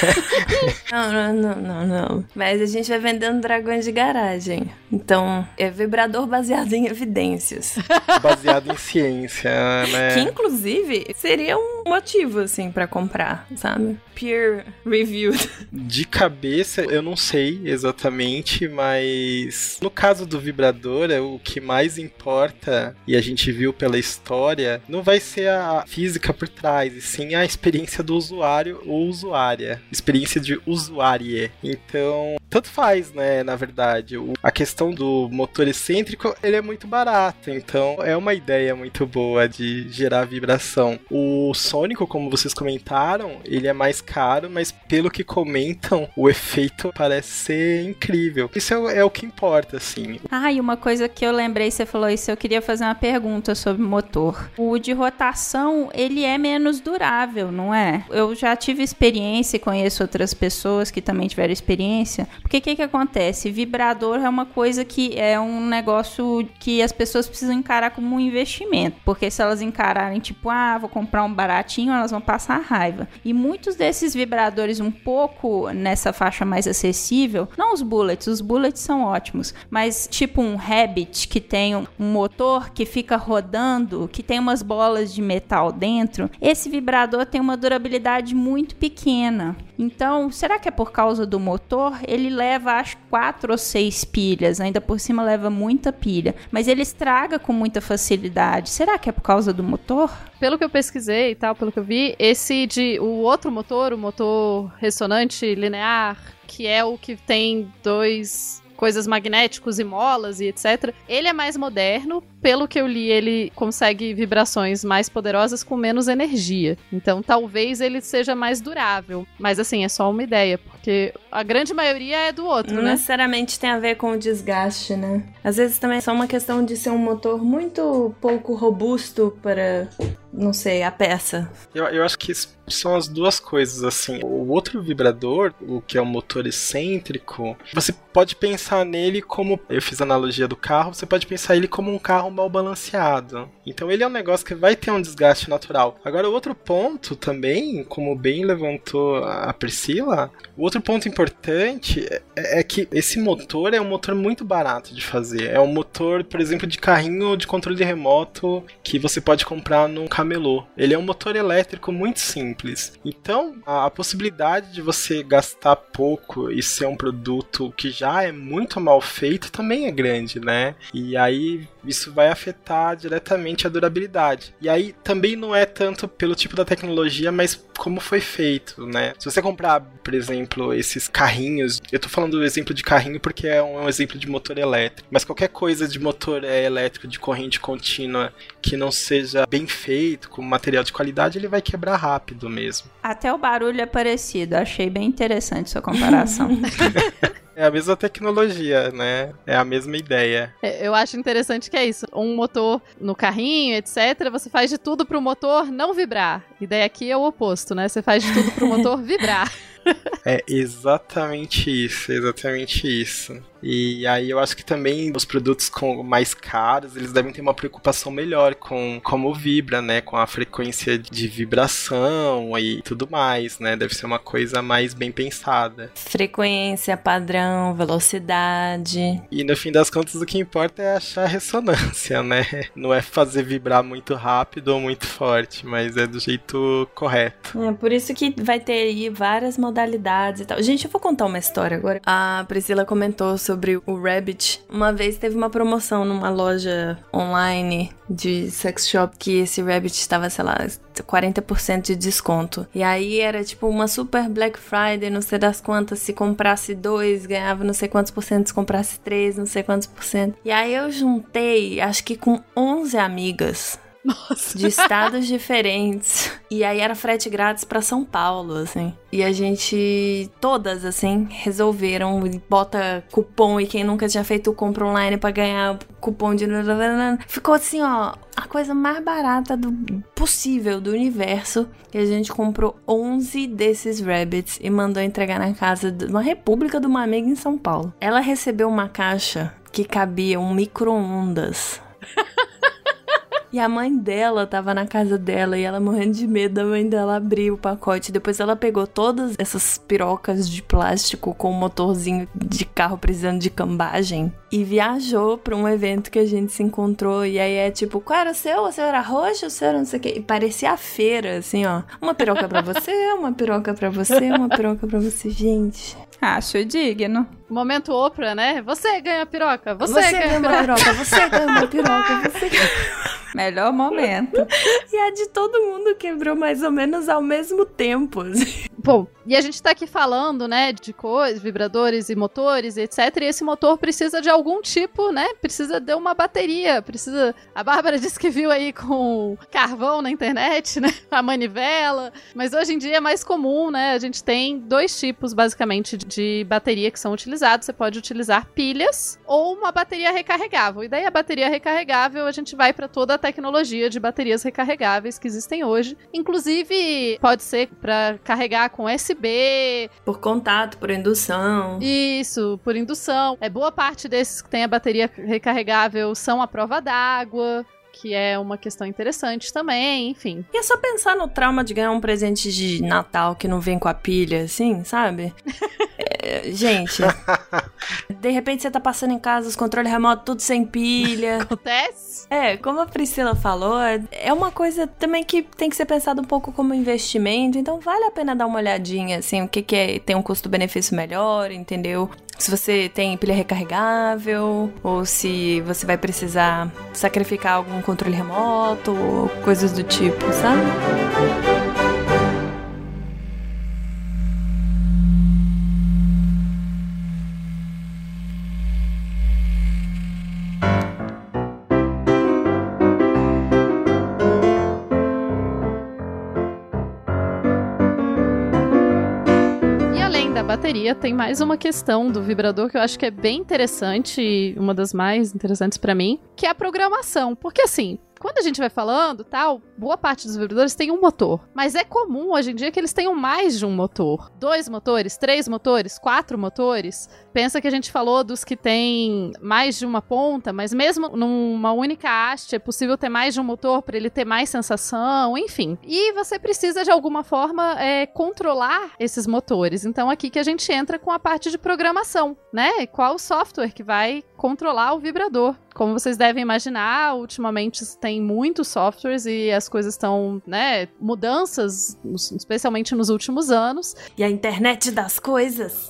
Não, não, não, não, não. Mas a gente vai vendendo Dragões de Garagem. Então, é vibrador baseado em evidências. Baseado em ciência, né? Que, inclusive, seria um motivo, assim, pra comprar, sabe? Peer reviewed. De cabeça, eu não sei exatamente, mas no caso do vibrador, é o que mais importa, e a gente viu pela história, não vai ser a física por trás, e sim a experiência do usuário ou usuária. Experiência de usuária. Então, tanto faz, né, na verdade. A questão do motor excêntrico, ele é muito barato, então é uma ideia muito boa de gerar vibração. O sônico, como vocês comentaram, ele é mais caro, mas pelo que comentam, o efeito parece ser incrível. Isso é, é o que importa, assim. Ah, e uma coisa que eu lembrei, você falou isso, eu queria fazer uma pergunta sobre motor. O de rotação, ele é menos durável, não é? Eu já tive experiência e conheço outras pessoas que também tiveram experiência. Porque o que que acontece? Vibrador é uma coisa que é um negócio que as pessoas precisam encarar como um investimento. Porque se elas encararem, tipo, ah, vou comprar um baratinho, elas vão passar raiva. E muitos desses vibradores um pouco nessa faixa mais acessível, não os bullets, os bullets são ótimos, mas tipo um Rabbit que tem um motor que fica rodando, que tem umas bolas de metal dentro, esse vibrador tem uma durabilidade muito pequena. Então, será que é por causa do motor? Ele leva, acho, quatro ou seis pilhas, ainda por cima leva muita pilha, mas ele estraga com muita facilidade. Será que é por causa do motor? Pelo que eu pesquisei e tal, pelo que eu vi, esse de o outro motor, o motor ressonante linear, que é o que tem dois coisas magnéticos e molas e etcétera. Ele é mais moderno, pelo que eu li, ele consegue vibrações mais poderosas com menos energia. Então, talvez ele seja mais durável. Mas, assim, é só uma ideia, porque a grande maioria é do outro, Não né? necessariamente tem a ver com o desgaste, né? Às vezes também é só uma questão de ser um motor muito pouco robusto para, não sei, a peça. Eu, eu acho que isso são as duas coisas, assim. O outro vibrador, o que é o motor excêntrico, você pode pensar nele como, eu fiz a analogia do carro, você pode pensar ele como um carro mal balanceado. Então ele é um negócio que vai ter um desgaste natural. Agora, o outro ponto também, como bem levantou a Priscila, o outro ponto importante é, é que esse motor é um motor muito barato de fazer. É um motor, por exemplo, de carrinho de controle remoto que você pode comprar num camelô. Ele é um motor elétrico muito simples. Então, a, a possibilidade de você gastar pouco e ser um produto que já é muito mal feito também é grande, né? E aí isso vai afetar diretamente a durabilidade. E aí também não é tanto pelo tipo da tecnologia, mas como foi feito, né? Se você comprar, por exemplo, esses carrinhos, eu tô falando do exemplo de carrinho porque é um, é um exemplo de motor elétrico, mas qualquer coisa de motor é, elétrico de corrente contínua que não seja bem feito, com material de qualidade, ele vai quebrar rápido mesmo. Até o barulho é parecido, achei bem interessante sua comparação. É a mesma tecnologia, né? É a mesma ideia. É, eu acho interessante que é isso. Um motor no carrinho, etcétera, você faz de tudo pro motor não vibrar. E daí aqui é o oposto, né? Você faz de tudo pro motor vibrar. É exatamente isso, exatamente isso. E aí eu acho que também os produtos com mais caros, eles devem ter uma preocupação melhor com como vibra, né? Com a frequência de vibração e tudo mais, né? Deve ser uma coisa mais bem pensada. Frequência, padrão, velocidade. E no fim das contas o que importa é achar ressonância, né? Não é fazer vibrar muito rápido ou muito forte, mas é do jeito correto. É por isso que vai ter aí várias modalidades e tal. Gente, eu vou contar uma história agora. A Priscila comentou sobre sobre o Rabbit. Uma vez teve uma promoção numa loja online de sex shop que esse Rabbit estava, sei lá, quarenta por cento de desconto. E aí era tipo uma super Black Friday, não sei das quantas, se comprasse dois, ganhava não sei quantos por cento, se comprasse três, não sei quantos por cento. E aí eu juntei, acho que com onze amigas. Nossa. De estados diferentes. E aí era frete grátis pra São Paulo, assim. E a gente, todas, assim, resolveram. Bota cupom e quem nunca tinha feito compra online pra ganhar cupom de... Ficou assim, ó, a coisa mais barata do possível do universo. E a gente comprou onze desses Rabbits e mandou entregar na casa de uma república de uma amiga em São Paulo. Ela recebeu uma caixa que cabia um micro-ondas. E a mãe dela tava na casa dela e ela morrendo de medo da mãe dela abrir o pacote. Depois ela pegou todas essas pirocas de plástico com um motorzinho de carro precisando de cambagem e viajou pra um evento que a gente se encontrou. E aí é tipo, qual era o seu? O seu era roxo? O seu era não sei o quê. E parecia a feira, assim, ó. Uma piroca pra você, uma piroca pra você, uma piroca pra você. Gente... Acho digno. Momento Oprah, né? Você ganha piroca, você, Você ganha ganha uma piroca. piroca, você ganha uma piroca, você ganha... Melhor momento. E a de todo mundo quebrou mais ou menos ao mesmo tempo. Bom, e a gente tá aqui falando, né, de coisas, vibradores e motores, etcétera. E esse motor precisa de algum tipo, né? Precisa de uma bateria, precisa... A Bárbara disse que viu aí com carvão na internet, né? A manivela. Mas hoje em dia é mais comum, né? A gente tem dois tipos, basicamente, de bateria que são utilizados. Você pode utilizar pilhas ou uma bateria recarregável. E daí a bateria recarregável, a gente vai para toda a tecnologia de baterias recarregáveis que existem hoje. Inclusive, pode ser para carregar com U S B. Por contato, por indução. Isso, por indução. É, boa parte desses que tem a bateria recarregável são à prova d'água, que é uma questão interessante também, enfim. E é só pensar no trauma de ganhar um presente de Natal que não vem com a pilha, assim, sabe? é, gente, de repente você tá passando em casa, os controles remotos tudo sem pilha. Acontece? É, como a Priscila falou, é uma coisa também que tem que ser pensado um pouco como investimento, então vale a pena dar uma olhadinha, assim, o que que é, tem um custo-benefício melhor, entendeu? Se você tem pilha recarregável, ou se você vai precisar sacrificar algum controle remoto, ou coisas do tipo, sabe? Bateria, tem mais uma questão do vibrador que eu acho que é bem interessante, uma das mais interessantes pra mim, que é a programação. Porque assim, quando a gente vai falando, tal, boa parte dos vibradores tem um motor. Mas é comum hoje em dia que eles tenham mais de um motor. Dois motores, três motores, quatro motores. Pensa que a gente falou dos que tem mais de uma ponta, mas mesmo numa única haste é possível ter mais de um motor para ele ter mais sensação, enfim. E você precisa de alguma forma é, controlar esses motores. Então aqui que a gente entra com a parte de programação, né? Qual o software que vai controlar o vibrador? Como vocês devem imaginar, ultimamente tem muitos softwares e as coisas estão, né, mudanças, especialmente nos últimos anos. E a internet das coisas.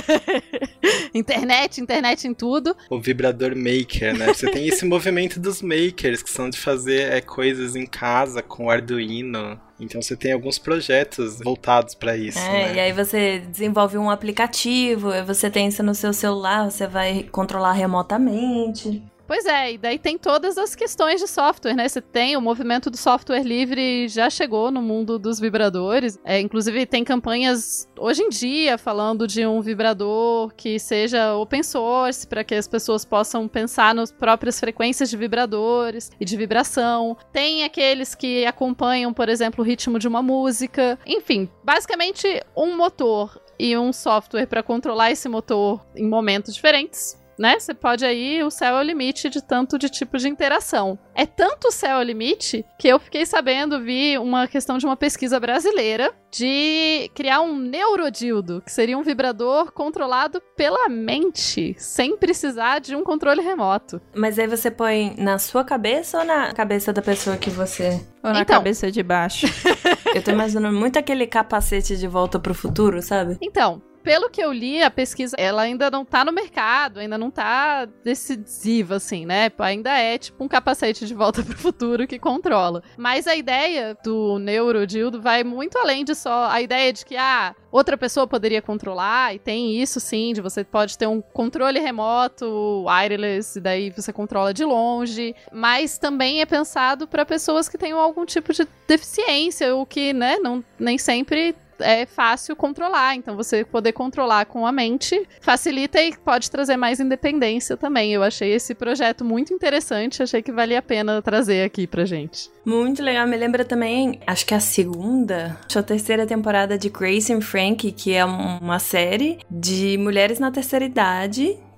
internet, internet em tudo. O vibrador maker, né? Você tem esse movimento dos makers, que são de fazer é, coisas em casa com Arduino. Então você tem alguns projetos voltados para isso, é, né? E aí você desenvolve um aplicativo, você tem isso no seu celular, você vai controlar remotamente. Pois é, e daí tem todas as questões de software, né? Você tem o movimento do software livre, já chegou no mundo dos vibradores. É, inclusive tem campanhas hoje em dia falando de um vibrador que seja open source, para que as pessoas possam pensar nas próprias frequências de vibradores e de vibração. Tem aqueles que acompanham, por exemplo, o ritmo de uma música. Enfim, basicamente um motor e um software para controlar esse motor em momentos diferentes. Né? Você pode aí, o céu é o limite de tanto de tipo de interação. É tanto o céu é o limite que eu fiquei sabendo, vi uma questão de uma pesquisa brasileira de criar um neurodildo, que seria um vibrador controlado pela mente, sem precisar de um controle remoto. Mas aí você põe na sua cabeça ou na cabeça da pessoa que você... Ou na então, cabeça de baixo? Eu tô imaginando muito aquele capacete de Volta pro Futuro, sabe? Então... Pelo que eu li, a pesquisa, ela ainda não tá no mercado, ainda não tá decisiva, assim, né? Ainda é tipo um capacete de Volta pro Futuro que controla. Mas a ideia do neurodildo vai muito além de só a ideia de que, ah, outra pessoa poderia controlar, e tem isso sim, de você pode ter um controle remoto, wireless, e daí você controla de longe, mas também é pensado para pessoas que tenham algum tipo de deficiência, o que, né, não, nem sempre... é fácil controlar, então você poder controlar com a mente facilita e pode trazer mais independência também. Eu achei esse projeto muito interessante, achei que valia a pena trazer aqui pra gente. Muito legal, me lembra também, acho que a segunda, acho a terceira temporada de Grace and Frankie, que é uma série de mulheres na terceira idade,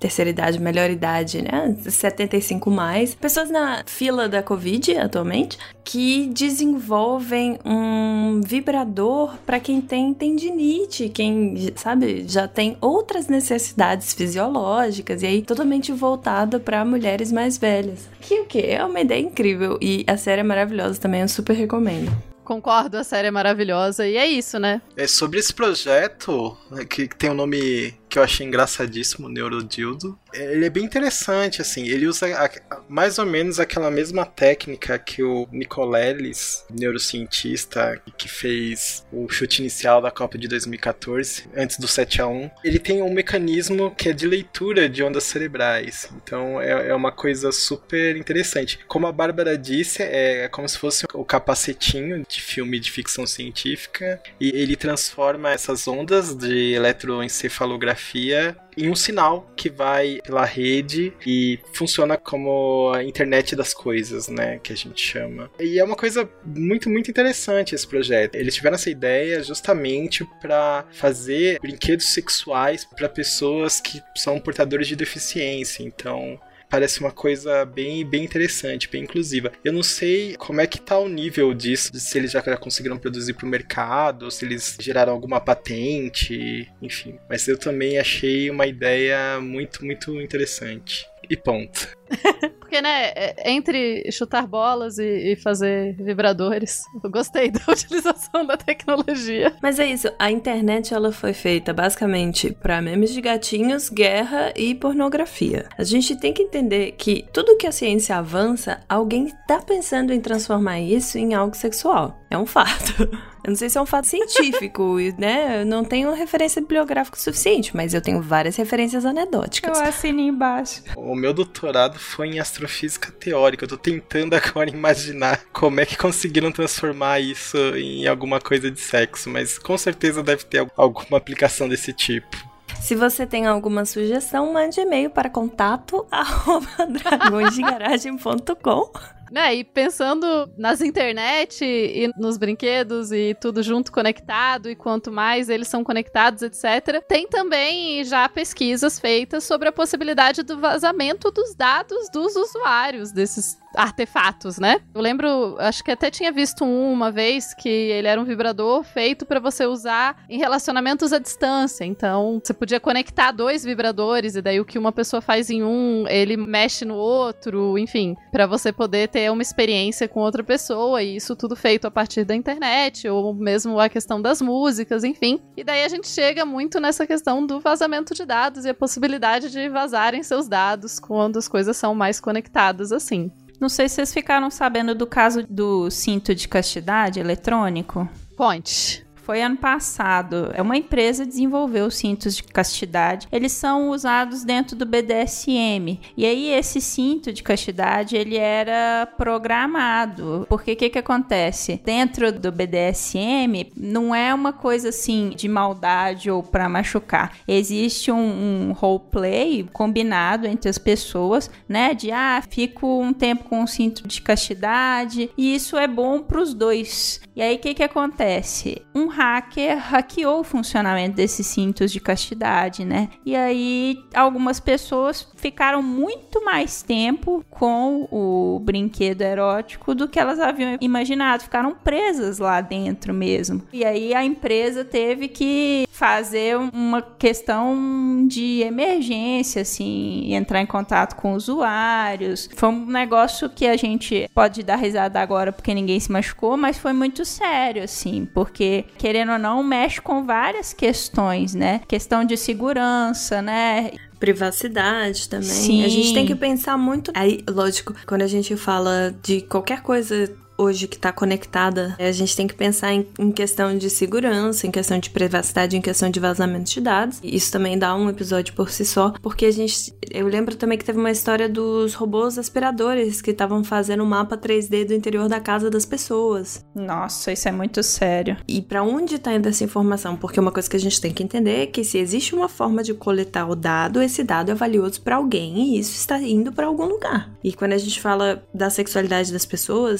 terceira idade, melhor idade, né? setenta e cinco mais. Pessoas na fila da Covid atualmente que desenvolvem um vibrador para quem tem tendinite, quem, sabe, já tem outras necessidades fisiológicas e aí totalmente voltada para mulheres mais velhas. Que o que? É uma ideia incrível e a série é maravilhosa também, eu super recomendo. Concordo, a série é maravilhosa e é isso, né? É sobre esse projeto, que tem um nome que eu achei engraçadíssimo, Neurodildo. Ele é bem interessante, assim, ele usa a, mais ou menos aquela mesma técnica que o Nicoleles, neurocientista, que fez o chute inicial da Copa de dois mil e catorze, antes do sete a um. Ele tem um mecanismo que é de leitura de ondas cerebrais, então é, é uma coisa super interessante. Como a Bárbara disse, é como se fosse o capacetinho de filme de ficção científica, e ele transforma essas ondas de eletroencefalografia em um sinal que vai pela rede e funciona como a internet das coisas, né, que a gente chama. E é uma coisa muito, muito interessante esse projeto. Eles tiveram essa ideia justamente para fazer brinquedos sexuais para pessoas que são portadores de deficiência, então parece uma coisa bem, bem interessante, bem inclusiva. Eu não sei como é que tá o nível disso, se eles já conseguiram produzir pro mercado, se eles geraram alguma patente, enfim. Mas eu também achei uma ideia muito, muito interessante. E ponto. Porque, né, entre chutar bolas e, e fazer vibradores, eu gostei da utilização da tecnologia. Mas é isso, a internet ela foi feita basicamente pra memes de gatinhos, guerra e pornografia. A gente tem que entender que tudo que a ciência avança, alguém tá pensando em transformar isso em algo sexual. É um fato. Eu não sei se é um fato científico, né? Eu não tenho referência bibliográfica suficiente, mas eu tenho várias referências anedóticas. Eu assino embaixo. O meu doutorado foi em astrofísica teórica. Eu tô tentando agora imaginar como é que conseguiram transformar isso em alguma coisa de sexo, mas com certeza deve ter alguma aplicação desse tipo. Se você tem alguma sugestão, mande e-mail para contato arroba dragões de garagem ponto com. Né, e pensando nas internet e nos brinquedos e tudo junto conectado, e quanto mais eles são conectados, etcétera, tem também já pesquisas feitas sobre a possibilidade do vazamento dos dados dos usuários desses artefatos, né? Eu lembro, acho que até tinha visto um uma vez, que ele era um vibrador feito para você usar em relacionamentos à distância. Então, você podia conectar dois vibradores, e daí o que uma pessoa faz em um, ele mexe no outro, enfim, para você poder ter uma experiência com outra pessoa, e isso tudo feito a partir da internet, ou mesmo a questão das músicas, enfim. E daí a gente chega muito nessa questão do vazamento de dados e a possibilidade de vazarem seus dados quando as coisas são mais conectadas assim. Não sei se vocês ficaram sabendo do caso do cinto de castidade eletrônico. Conte. Foi ano passado. É uma empresa que desenvolveu cintos de castidade. Eles são usados dentro do B D S M. E aí esse cinto de castidade, ele era programado. Porque o que que acontece? Dentro do B D S M, não é uma coisa assim de maldade ou para machucar. Existe um, um roleplay combinado entre as pessoas, né? De, ah, fico um tempo com um cinto de castidade. E isso é bom para os dois. E aí o que que acontece? Um hacker hackeou o funcionamento desses cintos de castidade, né? E aí algumas pessoas ficaram muito mais tempo com o brinquedo erótico do que elas haviam imaginado, ficaram presas lá dentro mesmo. E aí a empresa teve que fazer uma questão de emergência, assim, entrar em contato com usuários. Foi um negócio que a gente pode dar risada agora porque ninguém se machucou, mas foi muito sério, assim, porque querendo ou não, mexe com várias questões, né? Questão de segurança, né? Privacidade também. Sim. A gente tem que pensar muito. Aí, lógico, quando a gente fala de qualquer coisa hoje que está conectada, a gente tem que pensar em, em questão de segurança, em questão de privacidade, em questão de vazamento de dados. Isso também dá um episódio por si só, porque a gente... Eu lembro também que teve uma história dos robôs aspiradores que estavam fazendo um mapa três D do interior da casa das pessoas. Nossa, isso é muito sério. E pra onde tá indo essa informação? Porque uma coisa que a gente tem que entender é que se existe uma forma de coletar o dado, esse dado é valioso pra alguém e isso está indo pra algum lugar. E quando a gente fala da sexualidade das pessoas,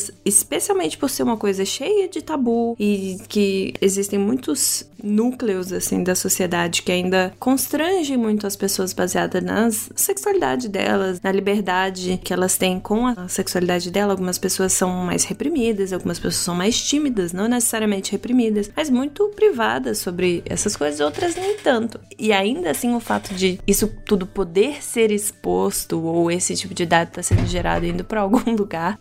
especialmente por ser uma coisa cheia de tabu e que existem muitos núcleos, assim, da sociedade que ainda constrangem muito as pessoas baseada na sexualidade delas, na liberdade que elas têm com a sexualidade dela. Algumas pessoas são mais reprimidas, algumas pessoas são mais tímidas, não necessariamente reprimidas, mas muito privadas sobre essas coisas, outras nem tanto. E ainda assim, o fato de isso tudo poder ser exposto, ou esse tipo de dado tá sendo gerado indo pra algum lugar,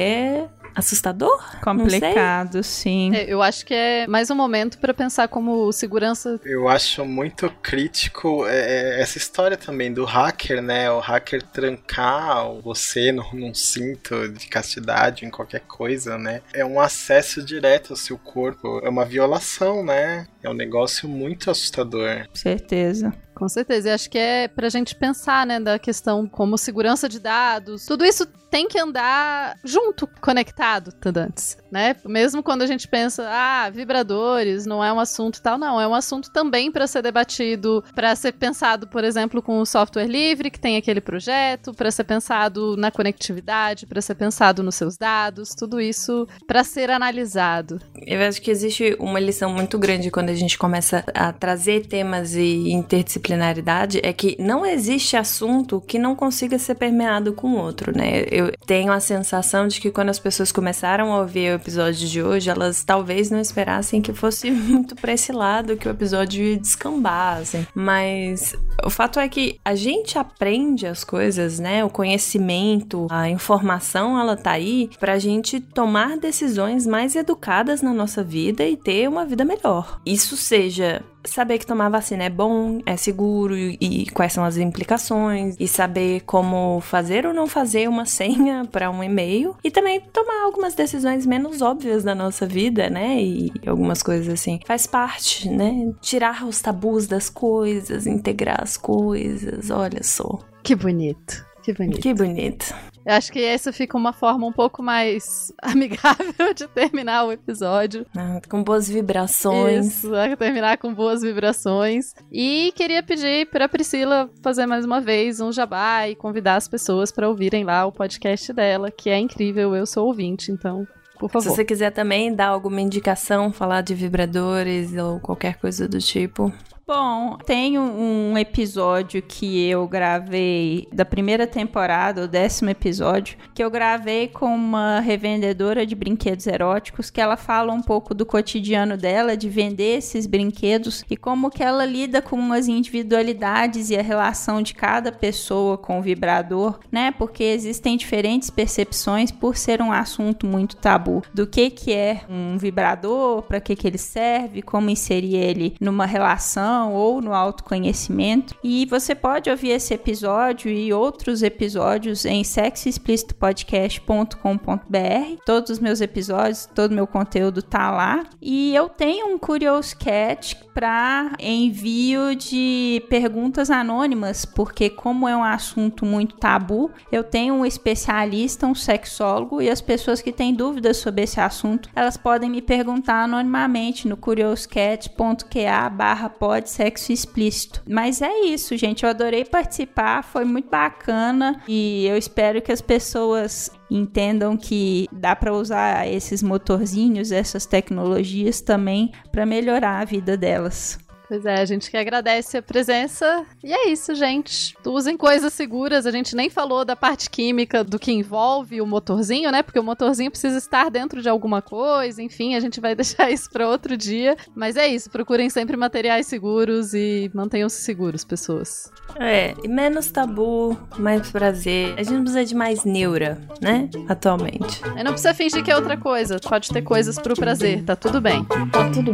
é assustador? Complicado, sim. É, eu acho que é mais um momento pra pensar como segurança. Eu acho muito crítico é, essa história também do hacker, né? O hacker trancar você num, num cinto de castidade, em qualquer coisa, né? É um acesso direto ao seu corpo. É uma violação, né? É um negócio muito assustador. Com certeza. Com certeza, e acho que é pra gente pensar, né, da questão como segurança de dados, tudo isso tem que andar junto, conectado, antes, né? Mesmo quando a gente pensa, ah, vibradores não é um assunto tal, não, é um assunto também pra ser debatido, pra ser pensado, por exemplo, com o software livre, que tem aquele projeto, pra ser pensado na conectividade, pra ser pensado nos seus dados, tudo isso pra ser analisado. Eu acho que existe uma lição muito grande quando a gente começa a trazer temas e interdisciplinaridade, é que não existe assunto que não consiga ser permeado com o outro, né? Eu tenho a sensação de que quando as pessoas começaram a ouvir o episódio de hoje, elas talvez não esperassem que fosse muito pra esse lado, que o episódio ia descambar, assim. Mas o fato é que a gente aprende as coisas, né? O conhecimento, a informação, ela tá aí pra gente tomar decisões mais educadas na nossa vida e ter uma vida melhor. Isso seja saber que tomar vacina é bom, é seguro e, e quais são as implicações, e saber como fazer ou não fazer uma senha para um e-mail, e também tomar algumas decisões menos óbvias da nossa vida, né, e algumas coisas assim. Faz parte, né, tirar os tabus das coisas, integrar as coisas, olha só. Que bonito. Que bonito. Que bonito. Eu acho que essa fica uma forma um pouco mais amigável de terminar o episódio. Ah, com boas vibrações. Isso, terminar com boas vibrações. E queria pedir pra Priscila fazer mais uma vez um jabá e convidar as pessoas pra ouvirem lá o podcast dela, que é incrível, eu sou ouvinte, então, por favor. Se você quiser também dar alguma indicação, falar de vibradores ou qualquer coisa do tipo... Bom, tem um episódio que eu gravei da primeira temporada, o décimo episódio, que eu gravei com uma revendedora de brinquedos eróticos, que ela fala um pouco do cotidiano dela, de vender esses brinquedos e como que ela lida com as individualidades e a relação de cada pessoa com o vibrador, né? Porque existem diferentes percepções por ser um assunto muito tabu, do que que é um vibrador, para que que ele serve, como inserir ele numa relação ou no autoconhecimento. E você pode ouvir esse episódio e outros episódios em sexo explícito podcast ponto com ponto b r. Todos os meus episódios, todo o meu conteúdo tá lá. E eu tenho um Curious Cat para envio de perguntas anônimas, porque como é um assunto muito tabu, eu tenho um especialista, um sexólogo, e as pessoas que têm dúvidas sobre esse assunto, elas podem me perguntar anonimamente no curioscat ponto q a barra pod sexo explícito. Mas é isso, gente, eu adorei participar, foi muito bacana e eu espero que as pessoas entendam que dá para usar esses motorzinhos, essas tecnologias também para melhorar a vida delas. Pois é, a gente que agradece a presença. E é isso, gente. Usem coisas seguras. A gente nem falou da parte química do que envolve o motorzinho, né? Porque o motorzinho precisa estar dentro de alguma coisa. Enfim, a gente vai deixar isso para outro dia. Mas é isso. Procurem sempre materiais seguros e mantenham-se seguros, pessoas. É, e menos tabu, mais prazer. A gente não precisa de mais neura, né? Atualmente. E não precisa fingir que é outra coisa. Pode ter coisas pro prazer. Tá tudo bem. Tá tudo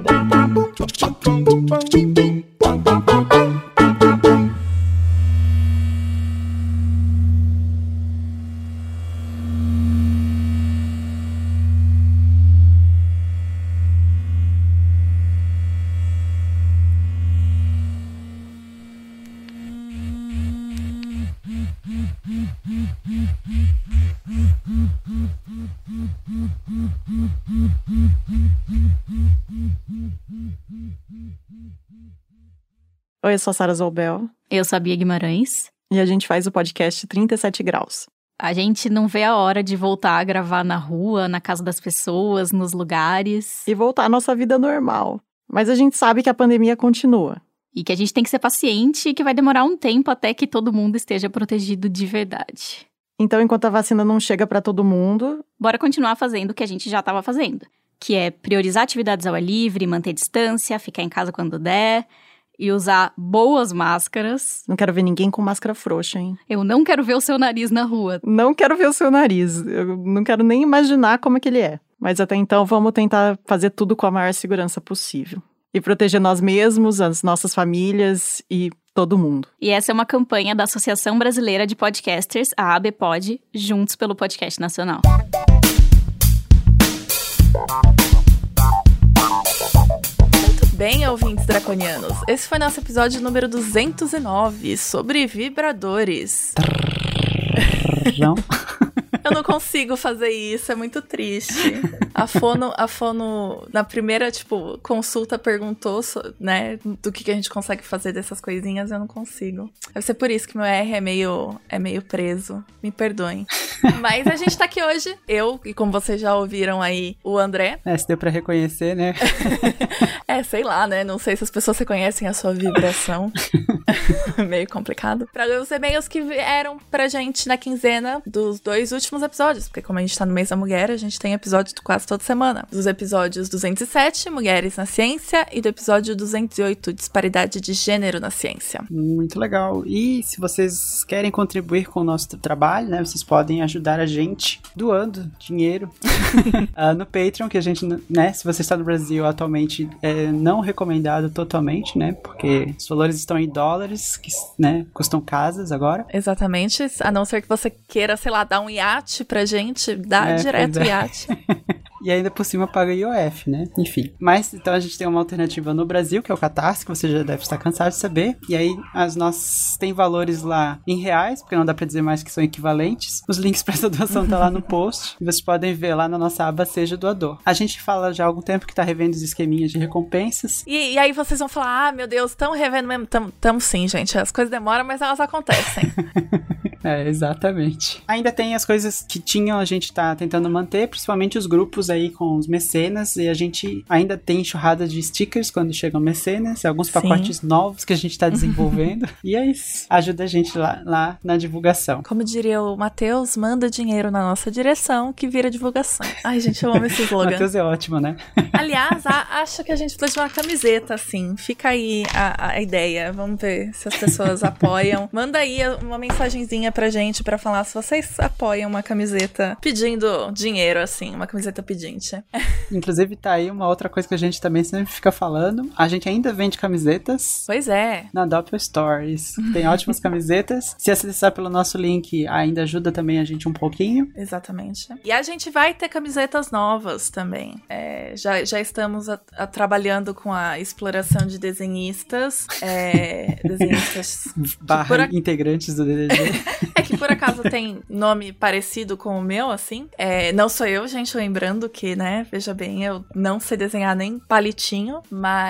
bem. Oi, eu sou a Sara Zoubel. Eu sou a Bia Guimarães. E a gente faz o podcast trinta e sete graus. A gente não vê a hora de voltar a gravar na rua, na casa das pessoas, nos lugares. E voltar à nossa vida normal. Mas a gente sabe que a pandemia continua. E que a gente tem que ser paciente e que vai demorar um tempo até que todo mundo esteja protegido de verdade. Então, enquanto a vacina não chega pra todo mundo... Bora continuar fazendo o que a gente já estava fazendo. Que é priorizar atividades ao ar livre, manter distância, ficar em casa quando der... E usar boas máscaras. Não quero ver ninguém com máscara frouxa, hein? Eu não quero ver o seu nariz na rua. Não quero ver o seu nariz. Eu não quero nem imaginar como é que ele é. Mas até então, vamos tentar fazer tudo com a maior segurança possível. E proteger nós mesmos, as nossas famílias e todo mundo. E essa é uma campanha da Associação Brasileira de Podcasters, a ABPOD, juntos pelo Podcast Nacional. Bem, ouvintes draconianos, esse foi nosso episódio número duzentos e nove, sobre vibradores. Não. Eu não consigo fazer isso, é muito triste. A Fono, a Fono na primeira, tipo, consulta perguntou, né, do que, que a gente consegue fazer dessas coisinhas, eu não consigo. Deve ser por isso que meu R é meio, é meio preso. Me perdoem. Mas a gente tá aqui hoje, eu, e como vocês já ouviram aí, o André. É, se deu pra reconhecer, né? É, sei lá, né, não sei se as pessoas reconhecem a sua vibração. Meio complicado. Para os e-mails que vieram pra gente na quinzena dos dois últimos episódios, porque como a gente tá no mês da mulher, a gente tem episódio quase toda semana. Dos episódios duzentos e sete, Mulheres na Ciência, e do episódio duzentos e oito, Disparidade de Gênero na Ciência. Muito legal. E se vocês querem contribuir com o nosso trabalho, né, vocês podem ajudar a gente doando dinheiro uh, no Patreon, que a gente, né, se você está no Brasil atualmente, é não recomendado totalmente, né, porque os valores estão em dólares, que, né, custam casas agora. Exatamente, a não ser que você queira, sei lá, dar um iate pra gente, dá é, direto o é. iate. E ainda por cima paga I O F, né? Enfim. Mas, então a gente tem uma alternativa no Brasil, que é o Catarse, que você já deve estar cansado de saber. E aí, as nossas... tem valores lá em reais, porque não dá pra dizer mais que são equivalentes. Os links pra essa doação tá lá no post. E vocês podem ver lá na nossa aba Seja Doador. A gente fala já há algum tempo que tá revendo os esqueminhas de recompensas. E, e aí vocês vão falar, ah, meu Deus, tão revendo mesmo? Tamo, tamo sim, gente. As coisas demoram, mas elas acontecem. É, exatamente. Ainda tem as coisas que tinham, a gente tá tentando manter, principalmente os grupos aí com os mecenas, e a gente ainda tem enxurrada de stickers quando chegam mecenas, alguns Sim. pacotes novos que a gente tá desenvolvendo, e é isso. Ajuda a gente lá, lá na divulgação. Como diria o Matheus, manda dinheiro na nossa direção que vira divulgação. Ai, gente, eu amo esse slogan. Matheus é ótimo, né? Aliás, a, acho que a gente precisa de uma camiseta, assim. Fica aí a, a ideia. Vamos ver se as pessoas apoiam. Manda aí uma mensagenzinha pra gente pra falar se vocês apoiam uma camiseta pedindo dinheiro, assim. Uma camiseta pedinte. Inclusive, tá aí uma outra coisa que a gente também sempre fica falando. A gente ainda vende camisetas. Pois é. Na Doppel Stories. Tem ótimas camisetas. Se acessar pelo nosso link, ainda ajuda também a gente um pouquinho. Exatamente. E a gente vai ter camisetas novas também. É, já, já estamos a, a, trabalhando com a exploração de desenhistas. É, desenhistas... Barra a... integrantes do D D G. É que por acaso tem nome parecido com o meu, assim. É, não sou eu, gente, lembrando que, né, veja bem, eu não sei desenhar nem palitinho,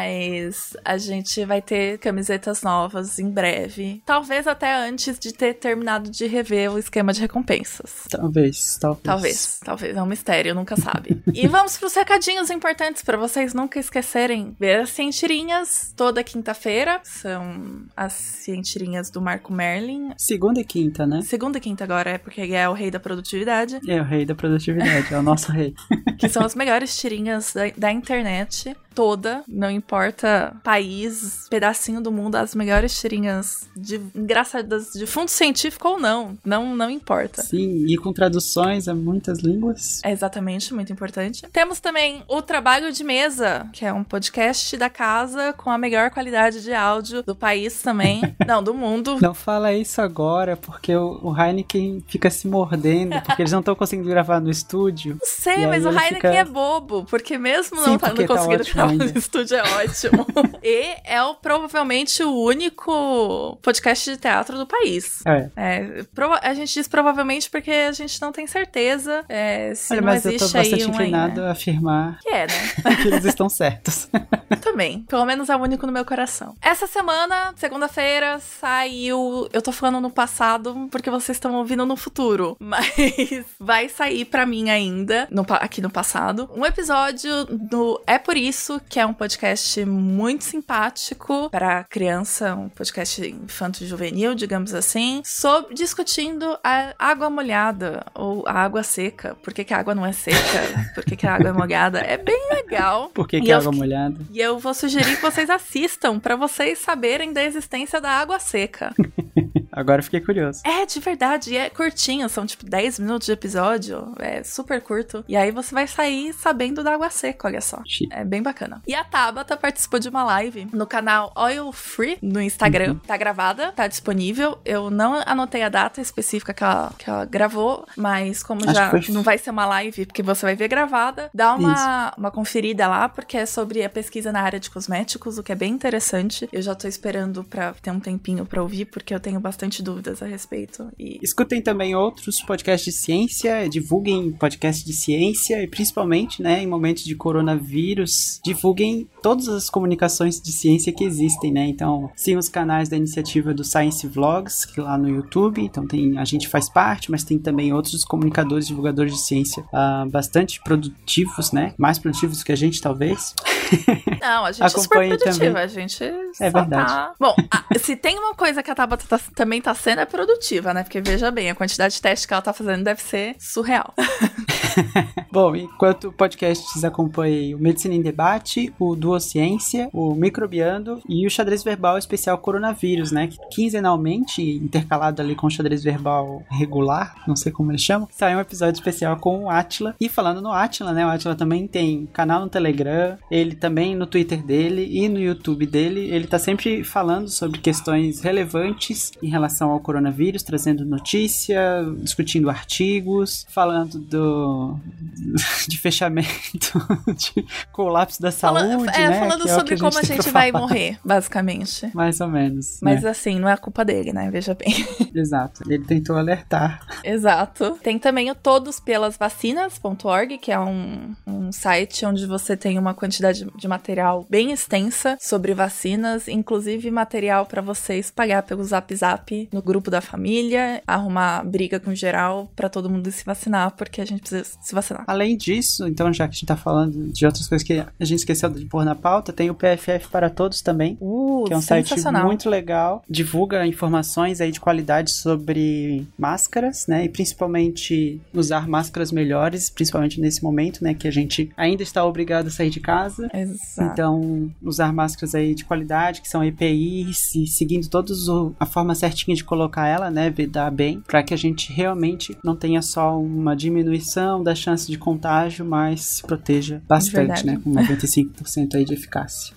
mas a gente vai ter camisetas novas em breve. Talvez até antes de ter terminado de rever o esquema de recompensas. Talvez, talvez. Talvez, talvez. É um mistério, nunca sabe. E vamos pros recadinhos importantes pra vocês nunca esquecerem. Ver as cientirinhas toda quinta-feira. São as cientirinhas do Marco Merlin. Segunda e quinta, né? Segunda e quinta agora, é porque é o rei da produtividade. É o rei da produtividade, é o nosso rei. Que são as melhores tirinhas da, da internet toda, não importa país, pedacinho do mundo, as melhores tirinhas de, engraçadas de fundo científico ou não, não, não importa. Sim, e com traduções a muitas línguas. É exatamente, muito importante. Temos também o Trabalho de Mesa, que é um podcast da casa com a melhor qualidade de áudio do país também, não, do mundo. Não fala isso agora, porque o, o Heineken fica se mordendo, porque eles não estão conseguindo gravar no estúdio. Não sei, mas o Heineken fica... é bobo, porque mesmo Sim, não, tá, não conseguindo tá grava no estúdio é ótimo. E é o, provavelmente o único podcast de teatro do país. É. É, prova- a gente diz provavelmente porque a gente não tem certeza é, se Olha, não mas eu existe tô bastante aí um inclinado aí, né? a afirmar Que é, né? que eles estão certos. Também. Pelo menos é o único no meu coração. Essa semana, segunda-feira, saiu... Eu tô falando no passado porque vocês estão ouvindo no futuro. Mas vai sair pra mim ainda, no, pa- aqui no passado, um episódio do É Por Isso, que é um podcast muito simpático para criança, um podcast infanto-juvenil, digamos assim, sobre, discutindo a água molhada ou a água seca. Por que, que a água não é seca? Por que, que a água é molhada? É bem legal. Por que, E que é eu água fiquei- molhada? E eu vou sugerir que vocês assistam pra vocês saberem da existência da água seca. Agora eu fiquei curioso. É, de verdade, e é curtinho, são tipo dez minutos de episódio, é super curto. E aí você vai sair sabendo da água seca, olha só. Chique. É bem bacana. E a Tabata participou de uma live no canal Oil Free, no Instagram. Uhum. Tá gravada, tá disponível. Eu não anotei a data específica que ela, que ela gravou, mas como Acho já que foi- não vai ser uma live, porque você vai ver gravada, dá uma, uma conferida lá, porque é sobre a pesquisa na área de cosméticos, o que é bem interessante. Eu já tô esperando pra ter um tempinho pra ouvir, porque eu tenho bastante dúvidas a respeito. E Escutem também outros podcasts de ciência, divulguem podcast de ciência e principalmente, né, em momentos de coronavírus, divulguem todas as comunicações de ciência que existem, né? Então, sigam os canais da iniciativa do Science Vlogs, que lá no YouTube, então tem, a gente faz parte, mas tem também outros comunicadores, divulgadores de ciência ah, bastante produtivos, né? Mais produtivos que a gente, talvez. Não, a gente é super Acompanhe produtiva, também. a gente É só verdade. tá... Bom, a- se tem uma coisa que a Tabata tá- também tá sendo, é produtiva, né? Porque veja bem, a quantidade de testes que ela tá fazendo deve ser surreal. Bom, enquanto podcasts acompanhem o Medicina em Debate, o Duociência, o Microbiando e o Xadrez Verbal Especial Coronavírus, né? Que quinzenalmente, intercalado ali com o Xadrez Verbal regular, não sei como eles chamam, sai um episódio especial com o Átila. E falando no Átila, né? O Átila também tem canal no Telegram, ele também no Twitter dele e no YouTube dele, ele tá sempre falando sobre questões relevantes em relação ao coronavírus, trazendo notícia, discutindo artigos, falando do de fechamento, de colapso da saúde, Falando- é, né? falando que é o sobre que como a tem pra gente vai falar. morrer, basicamente. Mais ou menos. Mas né? assim, não é a culpa dele, né? Veja bem. Exato. Ele tentou alertar. Exato. Tem também o todos pelas vacinas ponto org, que é um, um site onde você tem uma quantidade de material bem extensa sobre vacinas, inclusive material pra você espalhar pelo Zap Zap no grupo da família, arrumar briga com geral pra todo mundo se vacinar, porque a gente precisa se vacinar. Além disso, então, já que a gente tá falando de outras coisas que a gente esqueceu de pôr na pauta, tem o P F F para Todos também, Uh, que é um site sensacional. muito legal, divulga informações aí de qualidade sobre máscaras, né, e principalmente usar máscaras melhores, principalmente nesse momento, né, que a gente ainda está obrigado a sair de casa. Exato. Então, usar máscaras aí de qualidade, que são E P Is, e seguindo todos o, a forma certinha de colocar ela, né, vedar bem, para que a gente realmente não tenha só uma diminuição da chance de contágio, mas se proteja bastante, verdade. né, com noventa e cinco por cento aí de eficácia.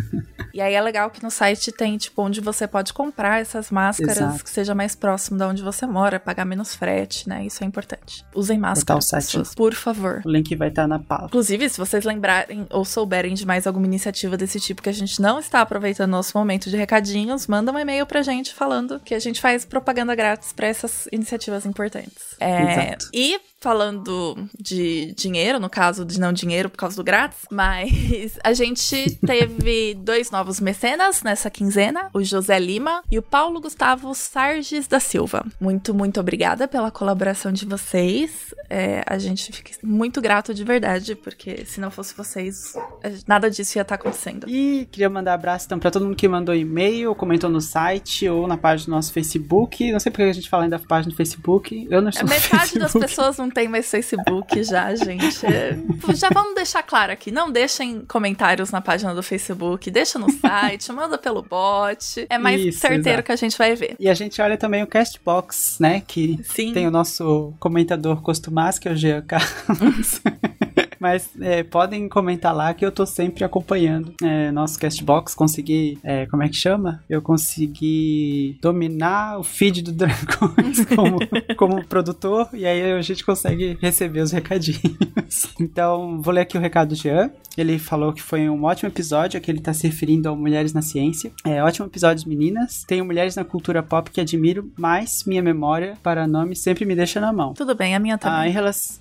E aí é legal que no site tem, tipo, onde você pode comprar essas máscaras, Exato. que seja mais próximo de onde você mora, pagar menos frete, né? Isso é importante. Usem Botar o máscaras, site. pessoas, por favor. O link vai estar na pauta. Inclusive, se vocês lembrarem ou souberem de mais alguma iniciativa desse tipo que a gente não está aproveitando nosso momento de recadinhos, manda um e-mail pra gente falando que a gente faz propaganda grátis pra essas iniciativas importantes. É, Exato. e falando de dinheiro, no caso de não dinheiro por causa do grátis, mas a gente teve dois novos mecenas nessa quinzena, o José Lima e o Paulo Gustavo Sarges da Silva. Muito, muito obrigada pela colaboração de vocês. É, a gente fica muito grato de verdade, porque se não fosse vocês, nada disso ia estar acontecendo. E queria mandar abraço então pra todo mundo que mandou e-mail, ou comentou no site, ou na página do nosso Facebook. Não sei porque a gente fala ainda da página do Facebook. Eu não estou no Metade das Facebook. pessoas não tem mais Facebook já, gente. É, já vamos deixar claro aqui, não deixem comentários na página do Facebook, deixa no site, manda pelo bot. É mais Isso, certeiro exato. que a gente vai ver. E a gente olha também o Castbox, né? Que Sim. tem o nosso comentador costumaz, que é o Jean Carlos. Mas é, podem comentar lá que eu tô sempre acompanhando é, nosso Castbox. Consegui, é, como é que chama? Eu consegui dominar o feed do Dragões como, como produtor, e aí a gente consegue receber os recadinhos. Então, vou ler aqui o recado do Jean. Ele falou que foi um ótimo episódio, que ele tá se referindo a Mulheres na Ciência. É, ótimo episódio, meninas. Tenho mulheres na cultura pop que admiro, mas minha memória para nome sempre me deixa na mão. Tudo bem, a minha também. Ah, em relação...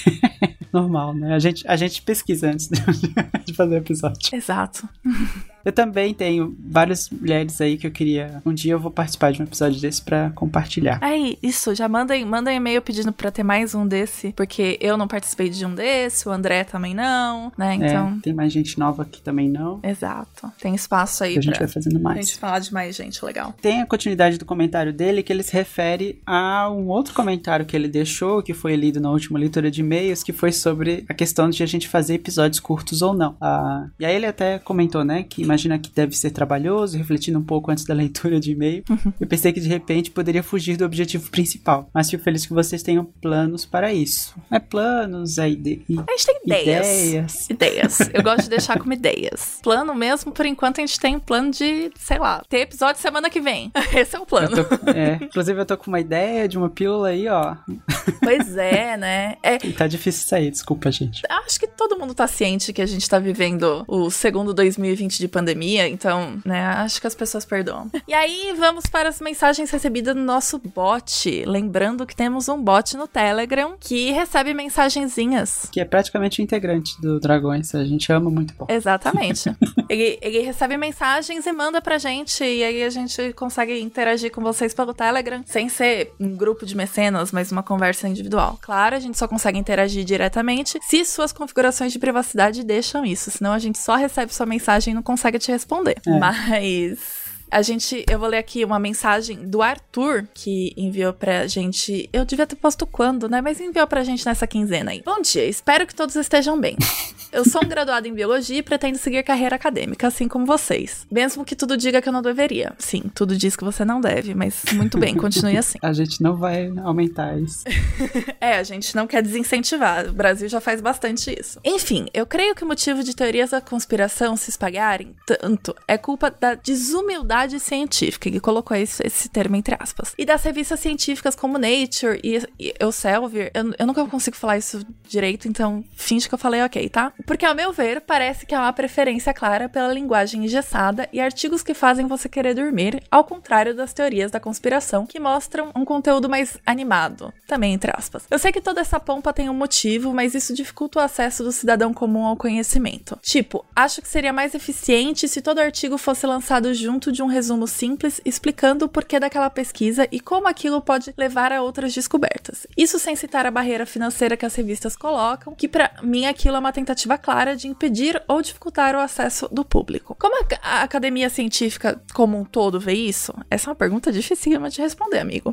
Normal, né? A gente, a gente pesquisa antes de fazer o episódio. Exato. Eu também tenho várias mulheres aí que eu queria... Um dia eu vou participar de um episódio desse pra compartilhar. Aí, isso, já mandem, mandem e-mail pedindo pra ter mais um desse, porque eu não participei de um desse, o André também não, né? Então... É, tem mais gente nova aqui também não. Exato. Tem espaço aí que a gente pra vai fazendo mais. a gente falar de mais gente legal. Tem a continuidade do comentário dele, que ele se refere a um outro comentário que ele deixou, que foi lido na última leitura de e-mails, que foi sobre a questão de a gente fazer episódios curtos ou não. Ah, e aí ele até comentou, né, que imagina que deve ser trabalhoso, refletindo um pouco antes da leitura de e-mail. Uhum. Eu pensei que de repente poderia fugir do objetivo principal, mas fico feliz que vocês tenham planos para isso. É planos, é ide... A gente tem ideias. Ideias. Ideias. Eu gosto de deixar como ideias. Plano mesmo, por enquanto a gente tem um plano de, sei lá, ter episódio semana que vem. Esse é o plano. Eu tô, é, inclusive eu tô com uma ideia de uma pílula aí, ó. Pois é, né? É... E tá difícil sair, desculpa, gente. Acho que todo mundo tá ciente que a gente tá vivendo o segundo dois mil e vinte de pandemia, então, né, acho que as pessoas perdoam. E aí, vamos para as mensagens recebidas no nosso bot. Lembrando que temos um bot no Telegram que recebe mensagenzinhas. Que é praticamente um integrante do Dragões, a gente ama muito bom. Exatamente. ele, ele recebe mensagens e manda pra gente, e aí a gente consegue interagir com vocês pelo Telegram, sem ser um grupo de mecenas, mas uma conversa individual. Claro, a gente só consegue interagir diretamente se suas configurações de privacidade deixam isso, senão a gente só recebe sua mensagem e não consegue te responder. É. Mas... A gente, eu vou ler aqui uma mensagem do Arthur, que enviou pra gente, eu devia ter posto quando, né, mas enviou pra gente nessa quinzena aí. Bom dia, espero que todos estejam bem. Eu sou um graduado em biologia e pretendo seguir carreira acadêmica, assim como vocês. Mesmo que tudo diga que eu não deveria. Sim, tudo diz que você não deve, mas muito bem, continue assim. A gente não vai aumentar isso. É, a gente não quer desincentivar, o Brasil já faz bastante isso. Enfim, eu creio que o motivo de teorias da conspiração se espalharem tanto é culpa da desumildade científica, ele colocou esse, esse termo entre aspas, e das revistas científicas como Nature e, e Elsevier, eu, eu nunca consigo falar isso direito, então finge que eu falei ok, tá? Porque ao meu ver, parece que há uma preferência clara pela linguagem engessada e artigos que fazem você querer dormir, ao contrário das teorias da conspiração, que mostram um conteúdo mais animado, também entre aspas. Eu sei que toda essa pompa tem um motivo, mas isso dificulta o acesso do cidadão comum ao conhecimento. Tipo, acho que seria mais eficiente se todo artigo fosse lançado junto de um resumo simples explicando o porquê daquela pesquisa e como aquilo pode levar a outras descobertas. Isso sem citar a barreira financeira que as revistas colocam, que pra mim aquilo é uma tentativa clara de impedir ou dificultar o acesso do público. Como a, a academia científica como um todo vê isso? Essa é uma pergunta dificílima de responder, amigo.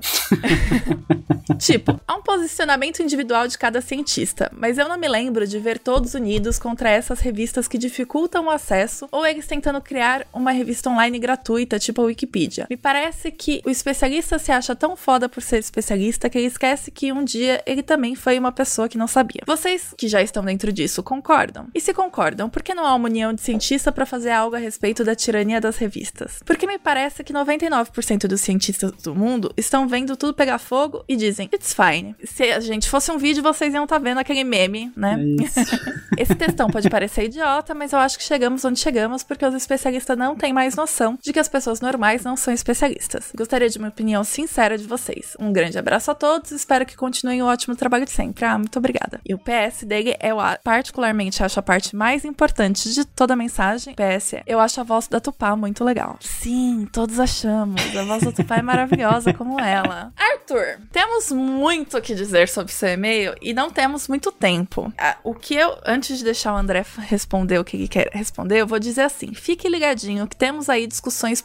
Tipo, há um posicionamento individual de cada cientista, mas eu não me lembro de ver todos unidos contra essas revistas que dificultam o acesso ou eles tentando criar uma revista online gratuita, tipo a Wikipedia. Me parece que o especialista se acha tão foda por ser especialista que ele esquece que um dia ele também foi uma pessoa que não sabia. Vocês que já estão dentro disso, concordam? E se concordam, por que não há uma união de cientistas para fazer algo a respeito da tirania das revistas? Porque me parece que noventa e nove por cento dos cientistas do mundo estão vendo tudo pegar fogo e dizem, it's fine. Se a gente fosse um vídeo, vocês iam estar tá vendo aquele meme, né? É esse textão pode parecer idiota, mas eu acho que chegamos onde chegamos porque os especialistas não têm mais noção de que as pessoas normais não são especialistas. Gostaria de uma opinião sincera de vocês. Um grande abraço a todos, espero que continuem o ótimo trabalho de sempre. Ah, muito obrigada. E o P S dele, eu particularmente acho a parte mais importante de toda a mensagem. P S, eu acho a voz da Tupá muito legal. Sim, todos achamos. A voz da Tupá é maravilhosa como ela. Arthur, temos muito o que dizer sobre seu e-mail e não temos muito tempo. O que eu, antes de deixar o André responder o que ele quer responder, eu vou dizer assim, fique ligadinho que temos aí discussões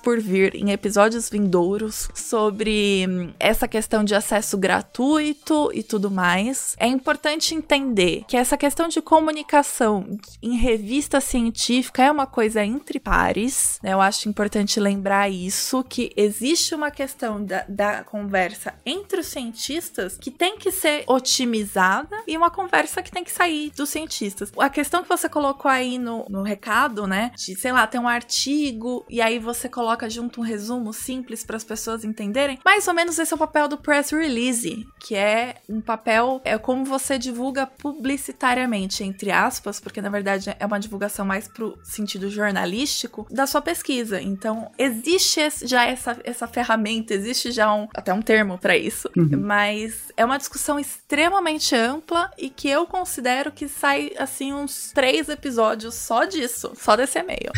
por vir em episódios vindouros sobre hum, essa questão de acesso gratuito e tudo mais. É importante entender que essa questão de comunicação em revista científica é uma coisa entre pares, né? Eu acho importante lembrar isso, que existe uma questão da, da conversa entre os cientistas que tem que ser otimizada e uma conversa que tem que sair dos cientistas. A questão que você colocou aí no, no recado, né, de, sei lá, tem um artigo e aí você coloca junto um resumo simples para as pessoas entenderem, mais ou menos esse é o papel do press release, que é um papel, é como você divulga publicitariamente, entre aspas, porque na verdade é uma divulgação mais pro sentido jornalístico da sua pesquisa. Então, existe esse, já essa, essa ferramenta, existe já um, até um termo para isso, uhum. Mas é uma discussão extremamente ampla e que eu considero que sai, assim, uns três episódios só disso, só desse e-mail.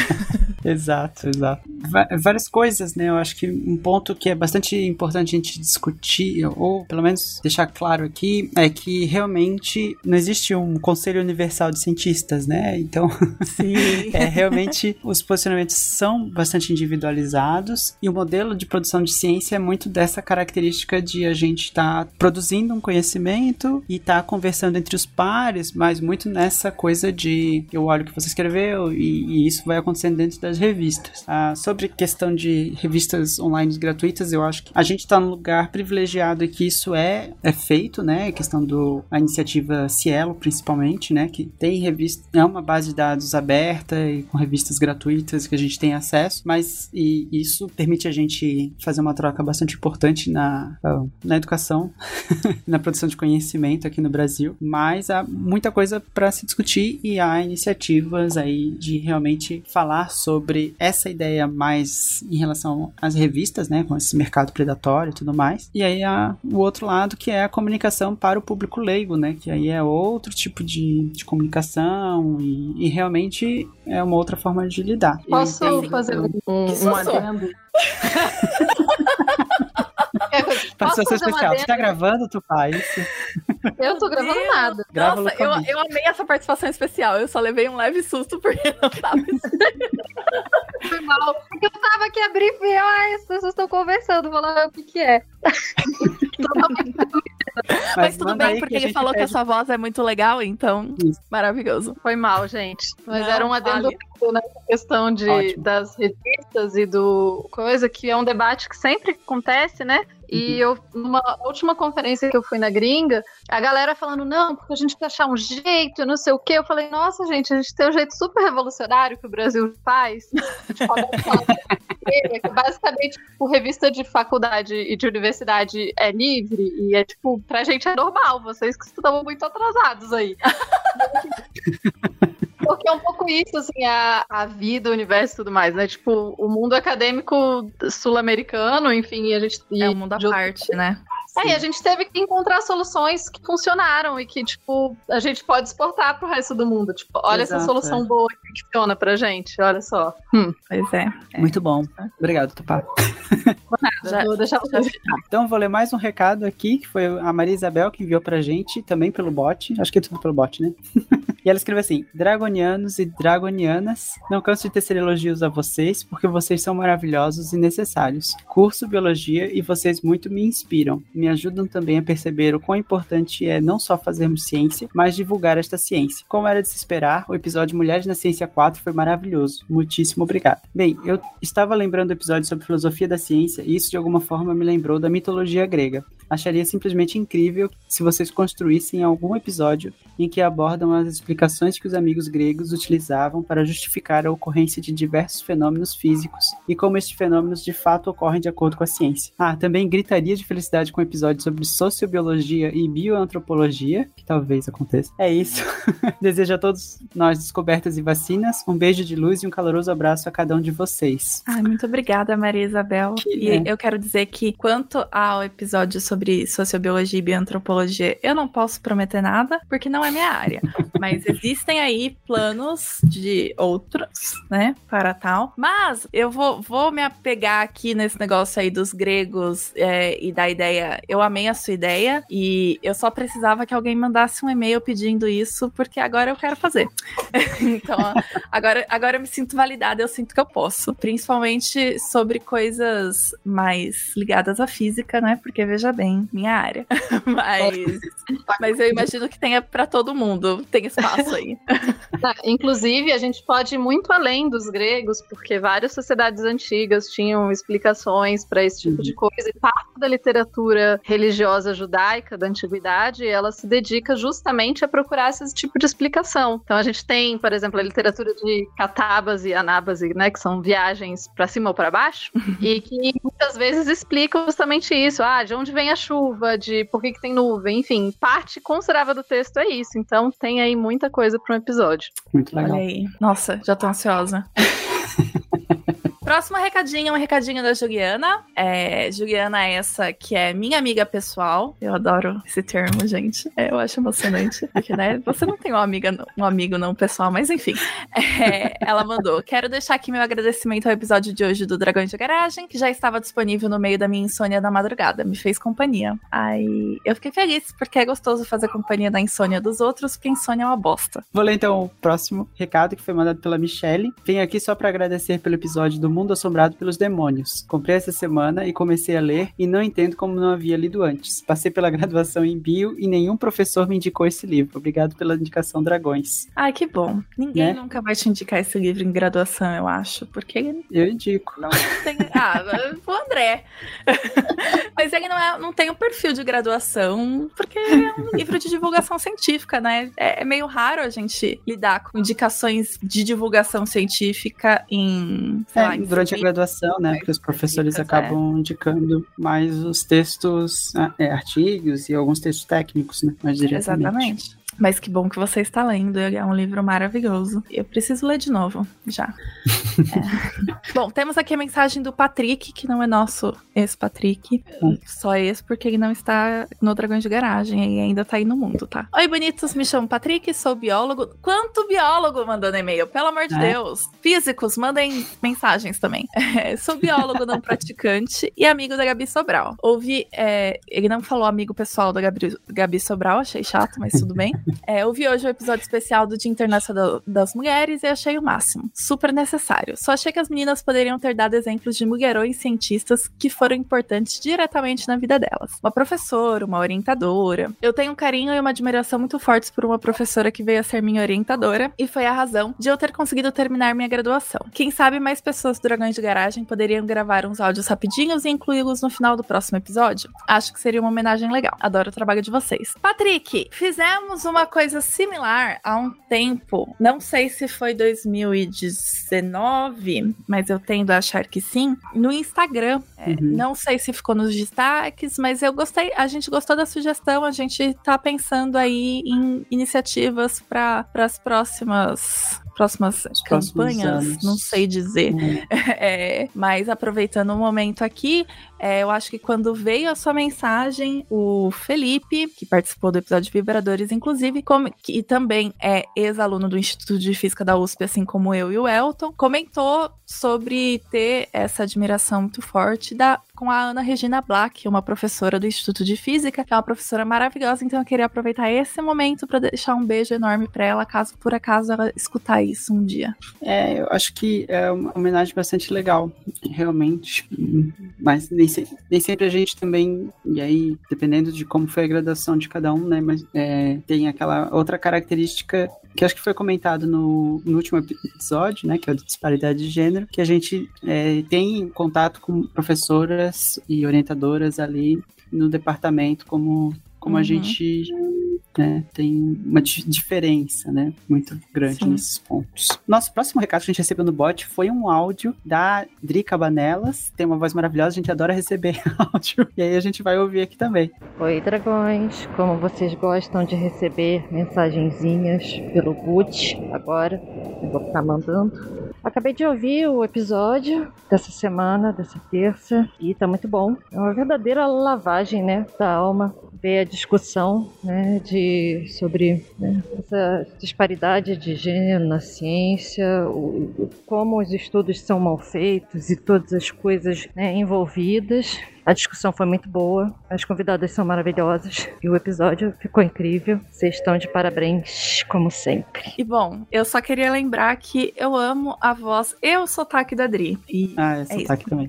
Exato, exato. V- várias coisas, né? Eu acho que um ponto que é bastante importante a gente discutir, ou pelo menos deixar claro aqui, é que realmente não existe um conselho universal de cientistas, né? Então, sim. é, realmente os posicionamentos são bastante individualizados e o modelo de produção de ciência é muito dessa característica de a gente estar tá produzindo um conhecimento e estar tá conversando entre os pares, mas muito nessa coisa de eu olho o que você escreveu e, e isso vai acontecendo dentro das revistas. Ah, sobre questão de revistas online gratuitas, eu acho que a gente está num lugar privilegiado e que isso é, é feito, né? A questão do a iniciativa Cielo, principalmente, né? Que tem revista, é uma base de dados aberta e com revistas gratuitas que a gente tem acesso, mas e isso permite a gente fazer uma troca bastante importante na, na educação, na produção de conhecimento aqui no Brasil, mas há muita coisa para se discutir e há iniciativas aí de realmente falar sobre sobre essa ideia mais em relação às revistas, né, com esse mercado predatório e tudo mais. E aí há o outro lado que é a comunicação para o público leigo, né, que aí é outro tipo de, de comunicação e, e realmente é uma outra forma de lidar. Posso e, fazer um, um, um adendo? Participação especial. Você tá gravando, tu faz? Eu tô gravando Deus. nada. Grava Nossa, eu, eu amei essa participação especial. Eu só levei um leve susto porque não tava Foi mal. Porque eu tava aqui abrindo e ver, ai, as pessoas estão conversando, vou lá ver o que que é. Mas, Mas tudo bem, porque ele falou pede... que a sua voz é muito legal, então Isso. Maravilhoso. Foi mal, gente. Mas não, era um adendo vale. Nessa questão de, das revistas e do coisa, que é um debate que sempre acontece, né? E eu, numa última conferência que eu fui na gringa, a galera falando, não, porque a gente precisa achar um jeito, não sei o quê. Eu falei, nossa, gente, a gente tem um jeito super revolucionário que o Brasil faz. De que basicamente, tipo, revista de faculdade e de universidade é livre e é, tipo, pra gente é normal. Vocês que estão muito atrasados aí. Porque é um pouco isso, assim, a, a vida, o universo e tudo mais, né? Tipo, o mundo acadêmico sul-americano, enfim, a gente... É um mundo à parte, né? É, e a gente teve que encontrar soluções que funcionaram e que, tipo, a gente pode exportar pro resto do mundo. Tipo, olha Exato, essa solução é. boa que funciona pra gente, olha só. Hum, pois é. Muito bom. Obrigado, Tupá. Já, vou deixar você ficar. Então, vou ler mais um recado aqui, que foi a Maria Isabel que enviou pra gente, também pelo bot. Acho que é tudo pelo bot, né? E ela escreveu assim: Dragonianos e dragonianas, não canso de tecer elogios a vocês, porque vocês são maravilhosos e necessários. Curso biologia e vocês muito me inspiram. Me ajudam também a perceber o quão importante é não só fazermos ciência, mas divulgar esta ciência. Como era de se esperar, o episódio Mulheres na Ciência quatro foi maravilhoso. Muitíssimo obrigado. Bem, eu estava lembrando do episódio sobre filosofia da ciência e isso de alguma forma me lembrou da mitologia grega. Acharia simplesmente incrível se vocês construíssem algum episódio em que abordam as explicações que os amigos gregos utilizavam para justificar a ocorrência de diversos fenômenos físicos e como estes fenômenos de fato ocorrem de acordo com a ciência. Ah, também gritaria de felicidade com um episódio sobre sociobiologia e bioantropologia, que talvez aconteça. É isso. Desejo a todos nós descobertas e vacinas, um beijo de luz e um caloroso abraço a cada um de vocês. Ai, muito obrigada, Maria Isabel. Que, e é. eu quero dizer que quanto ao episódio sobre sociobiologia e bioantropologia, eu não posso prometer nada, porque não é minha área. Mas existem aí planos de outros, né, para tal. Mas eu vou, vou me apegar aqui nesse negócio aí dos gregos é, e da ideia. Eu amei a sua ideia e eu só precisava que alguém mandasse um e-mail pedindo isso porque agora eu quero fazer. Então, agora, agora eu me sinto validada, eu sinto que eu posso. Principalmente sobre coisas mais ligadas à física, né? Porque, veja bem, minha área. Mas, mas eu imagino que tenha pra todo mundo, tem espaço aí. Ah, inclusive, a gente pode ir muito além dos gregos, porque várias sociedades antigas tinham explicações para esse tipo uhum. de coisa. E parte da literatura religiosa judaica da antiguidade, ela se dedica justamente a procurar esse tipo de explicação. Então, a gente tem, por exemplo, a literatura de catábase e anábase, né, que são viagens para cima ou para baixo, e que muitas vezes explicam justamente isso. Ah, de onde vem a chuva, de por que, que tem nuvem, enfim, parte considerável do texto é isso. Então, tem aí muita coisa para um episódio. Muito legal. Olha aí. Nossa, já tô ansiosa. Próximo recadinho, um recadinho da Juliana. É, Juliana é essa que é minha amiga pessoal. Eu adoro esse termo, gente. É, eu acho emocionante. Porque, né, você não tem uma amiga, um amigo não pessoal, mas enfim. É, ela mandou: quero deixar aqui meu agradecimento ao episódio de hoje do Dragões de Garagem, que já estava disponível no meio da minha insônia da madrugada. Me fez companhia. Aí eu fiquei feliz, porque é gostoso fazer companhia da insônia dos outros, porque insônia é uma bosta. Vou ler então o próximo recado, que foi mandado pela Michelle. Venho aqui só para agradecer pelo episódio do Mundo Assombrado pelos Demônios. Comprei essa semana e comecei a ler e não entendo como não havia lido antes. Passei pela graduação em bio e nenhum professor me indicou esse livro. Obrigado pela indicação, Dragões. Ai, que bom. Ninguém Né? nunca vai te indicar esse livro em graduação, eu acho, porque ele Eu indico. não tem... Ah, o André. Mas ele não, é, não tem um perfil de graduação, porque é um livro de divulgação científica, né? É, é meio raro a gente lidar com indicações de divulgação científica em... sei É, lá, em durante a graduação, né? Porque os professores Pois é. acabam indicando mais os textos, é, artigos e alguns textos técnicos, né? Mais diretamente. Exatamente. Mas que bom que você está lendo, ele é um livro maravilhoso. Eu preciso ler de novo, já. É. Bom, temos aqui a mensagem do Patrick, que não é nosso ex-Patrick. Hum. Só esse porque ele não está no Dragões de Garagem e ainda tá aí no mundo, tá? Oi, bonitos, me chamo Patrick, sou biólogo. Quanto biólogo mandando e-mail? Pelo amor de É. Deus. Físicos, mandem mensagens também. É, sou biólogo não praticante e amigo da Gabi Sobral. Ouvi, é, ele não falou amigo pessoal da Gabi, Gabi Sobral, achei chato, mas tudo bem. É, eu vi hoje o episódio especial do Dia Internacional das Mulheres e achei o máximo. Super necessário. Só achei que as meninas poderiam ter dado exemplos de mulherões cientistas que foram importantes diretamente na vida delas. Uma professora, uma orientadora. Eu tenho um carinho e uma admiração muito fortes por uma professora que veio a ser minha orientadora e foi a razão de eu ter conseguido terminar minha graduação. Quem sabe mais pessoas do Dragões de Garagem poderiam gravar uns áudios rapidinhos e incluí-los no final do próximo episódio? Acho que seria uma homenagem legal. Adoro o trabalho de vocês. Patrick, fizemos uma coisa similar há um tempo. Não sei se foi dois mil e dezenove, mas eu tendo a achar que sim, no Instagram. É, Uhum. Não sei se ficou nos destaques, mas eu gostei, a gente gostou da sugestão, a gente tá pensando aí em iniciativas para as próximas próximas Os próximos campanhas, anos. não sei dizer. Hum. É, mas aproveitando o momento aqui, é, eu acho que quando veio a sua mensagem, o Felipe, que participou do episódio de Vibradores, inclusive, como, que, e também é ex-aluno do Instituto de Física da U S P, assim como eu e o Elton, comentou sobre ter essa admiração muito forte da, com a Ana Regina Black, uma professora do Instituto de Física, que é uma professora maravilhosa, então eu queria aproveitar esse momento para deixar um beijo enorme para ela, caso por acaso ela escutar isso um dia. É, eu acho que é uma homenagem bastante legal, realmente. Mas nem, se- nem sempre a gente também, e aí, dependendo de como foi a graduação de cada um, né? Mas é, tem aquela outra característica que acho que foi comentado no, no último episódio, né? Que é o de disparidade de gênero, que a gente é, tem contato com professoras e orientadoras ali no departamento, como, como Uhum. a gente... né, tem uma di- diferença, né, muito grande Sim. nesses pontos. Nosso próximo recado que a gente recebeu no bot foi um áudio da Dri Cabanelas, tem uma voz maravilhosa, a gente adora receber áudio, e aí a gente vai ouvir aqui também. Oi, dragões! Como vocês gostam de receber mensagenzinhas pelo boot agora, eu vou ficar mandando. Acabei de ouvir o episódio dessa semana, dessa terça, e tá muito bom. É uma verdadeira lavagem, né, da alma ver a discussão, né, de, sobre, né, essa disparidade de gênero na ciência, o, como os estudos são mal feitos e todas as coisas, né, envolvidas. A discussão foi muito boa, as convidadas são maravilhosas e o episódio ficou incrível. Vocês estão de parabéns, como sempre. E bom, eu só queria lembrar que eu amo a voz e o sotaque da Dri. E Ah, é é sotaque isso. também.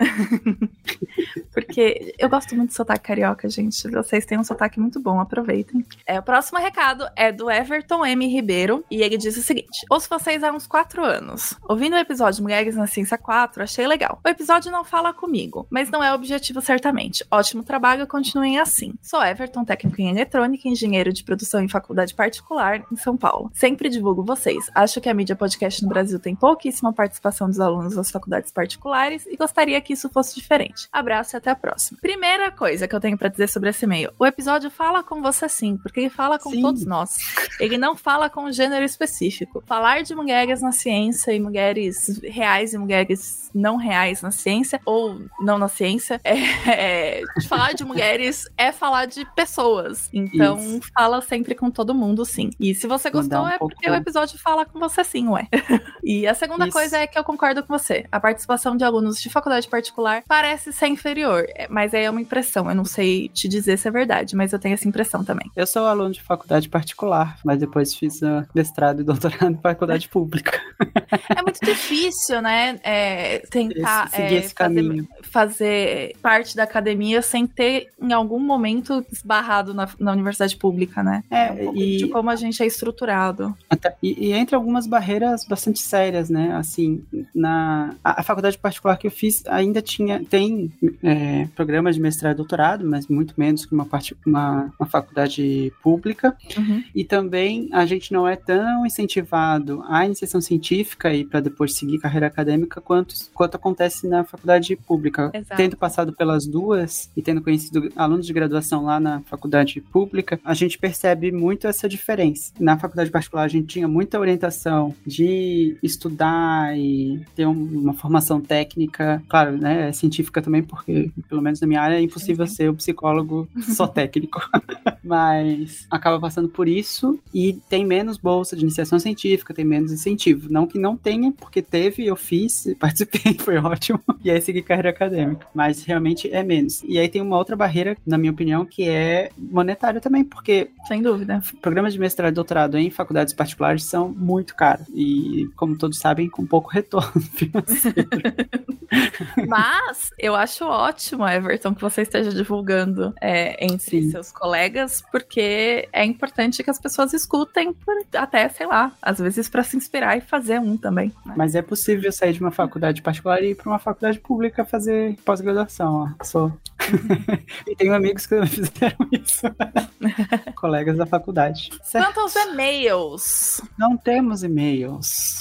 Porque eu gosto muito do sotaque carioca, gente. Vocês têm um sotaque muito bom, aproveitem. É, o próximo recado é do Everton M. Ribeiro, e ele diz o seguinte: ouço vocês há uns quatro anos. Ouvindo o episódio Mulheres na Ciência quatro, achei legal. O episódio não fala comigo, mas não é o objetivo certamente. Ótimo trabalho, continuem assim. Sou Everton, técnico em eletrônica e engenheiro de produção em faculdade particular em São Paulo. Sempre divulgo vocês. Acho que a mídia podcast no Brasil tem pouquíssima participação dos alunos das faculdades particulares e gostaria que isso fosse diferente. Abraço e até a próxima. Primeira coisa que eu tenho pra dizer sobre esse e-mail: o episódio fala com você sim, porque ele fala com Sim. todos nós. Ele não fala com um gênero específico. Falar de mulheres na ciência e mulheres reais e mulheres não reais na ciência, ou não na ciência, é, é, falar de mulheres é falar de pessoas. Então, Isso. fala sempre com todo mundo, sim. E se você gostou, Mandar um é pouco- porque o episódio fala com você sim, ué. E a segunda Isso. coisa é que eu concordo com você. A participação de alunos de faculdade particular parece ser inferior, é, mas aí é uma impressão. Eu não sei te dizer se é verdade, mas eu tenho essa impressão também. Eu sou aluno de faculdade particular, mas depois fiz uh, mestrado e doutorado em faculdade pública. É muito difícil, né? é, tentar Esse- seguir é, esse fazer, caminho. fazer parte da academia sem ter, em algum momento, esbarrado na, na universidade pública, né? É, um pouco e- de como a gente é estruturado. Até- e, e entre algumas barreiras bastante sérias, né? Assim, na a, a faculdade particular que eu fiz ainda tinha tem é, programas de mestrado e doutorado, mas muito menos que uma, parte, uma, uma faculdade pública. Uhum. E também a gente não é tão incentivado à iniciação científica e para depois seguir carreira acadêmica quanto, quanto acontece na faculdade pública. Exato. Tendo passado pelas duas e tendo conhecido alunos de graduação lá na faculdade pública, a gente percebe muito essa diferença. Na faculdade particular a gente tinha muita orientação de estudar e ter um- uma formação técnica, claro, né, científica também, porque pelo menos na minha área é impossível ser um psicólogo só técnico. Mas acaba passando por isso e tem menos bolsa de iniciação científica, tem menos incentivo. Não que não tenha, porque teve, eu fiz, participei, foi ótimo. E aí segui carreira acadêmica. Mas realmente é menos. E aí tem uma outra barreira, na minha opinião, que é monetária também, porque Sem dúvida. programas de mestrado e doutorado em faculdades particulares são muito caros. E, como todos sabem, com pouco retorno financeiro. Mas eu acho ótimo, Everton, que você esteja divulgando é, entre Sim. seus colegas, porque é importante que as pessoas escutem, por, até, sei lá, às vezes para se inspirar e fazer um também. Né? Mas é possível sair de uma faculdade particular e ir para uma faculdade pública fazer pós-graduação, ó. Sou. E tenho amigos que fizeram isso. Colegas da faculdade. Certo. Quanto aos e-mails, Não temos e-mails.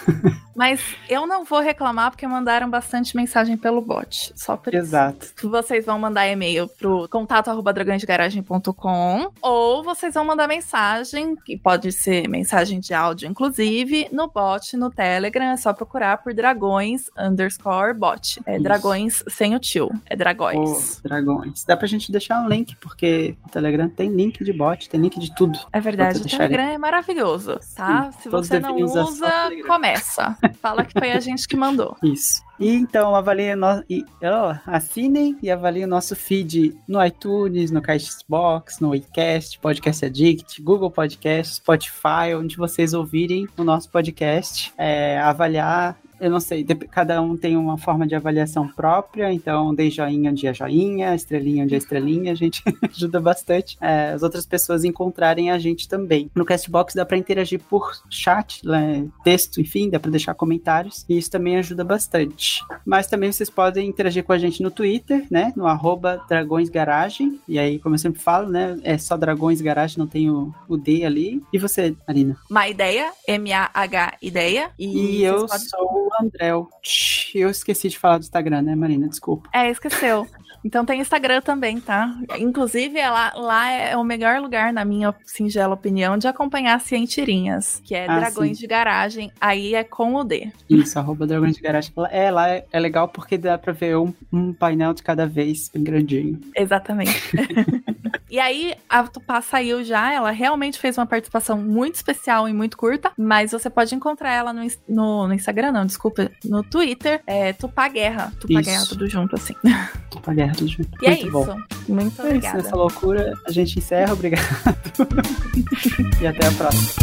mas eu não vou reclamar porque mandaram bastante mensagem pelo bot. Só por isso. Exato. Vocês vão mandar e-mail pro contato arroba dragõesdegaragem ponto com ou vocês vão mandar mensagem, que pode ser mensagem de áudio, inclusive, no bot, no Telegram. É só procurar por dragões underscore bot. É Isso. dragões sem o tio. É dragões. Ô, dragões. Dá pra gente deixar um link, porque o Telegram tem link de bot, tem link de tudo. É verdade, Pode o deixar Telegram é maravilhoso, tá? Sim, Se todos você não deveriam usar só o usa, Telegram. começa. Fala que foi a gente que mandou. Isso. E então, avaliem no... e, ó, assinem e avaliem o nosso feed no iTunes, no Castbox, no WeCast, Podcast Addict, Google Podcast, Spotify, onde vocês ouvirem o nosso podcast. É, avaliar, eu não sei, dep- cada um tem uma forma de avaliação própria, então dê joinha onde é joinha, estrelinha onde é estrelinha, a gente ajuda bastante é, as outras pessoas a encontrarem a gente também. No Castbox dá para interagir por chat, né, texto, enfim, dá para deixar comentários, e isso também ajuda bastante. Mas também vocês podem interagir com a gente no Twitter, né, no arroba dragõesgaragem, e aí, como eu sempre falo, né, é só Dragões Garagem, não tem o, o D ali. E você, Marina? Uma ideia, M A H ideia. E, E, eu vocês podem- sou o Andréu. Eu esqueci de falar do Instagram, né, Marina? Desculpa. É, esqueceu. Então tem Instagram também, tá? Inclusive, é lá, lá é o melhor lugar, na minha singela opinião, de acompanhar cientirinhas, que é Ah, Dragões sim. de Garagem. Aí é com o D. Isso, arroba Dragões de Garagem. É, lá é, é legal porque dá pra ver um, um painel de cada vez, bem grandinho. Exatamente. E aí, a Tupá saiu já, ela realmente fez uma participação muito especial e muito curta, mas você pode encontrar ela no, no, no Instagram, não, desculpa, no Twitter, é Tupá Guerra. Tupá Isso. Guerra, tudo junto, assim. Tupá Guerra, tudo junto. E é Muito isso. bom. Muito É isso, obrigada. nessa loucura, a gente encerra. Obrigado. E até a próxima.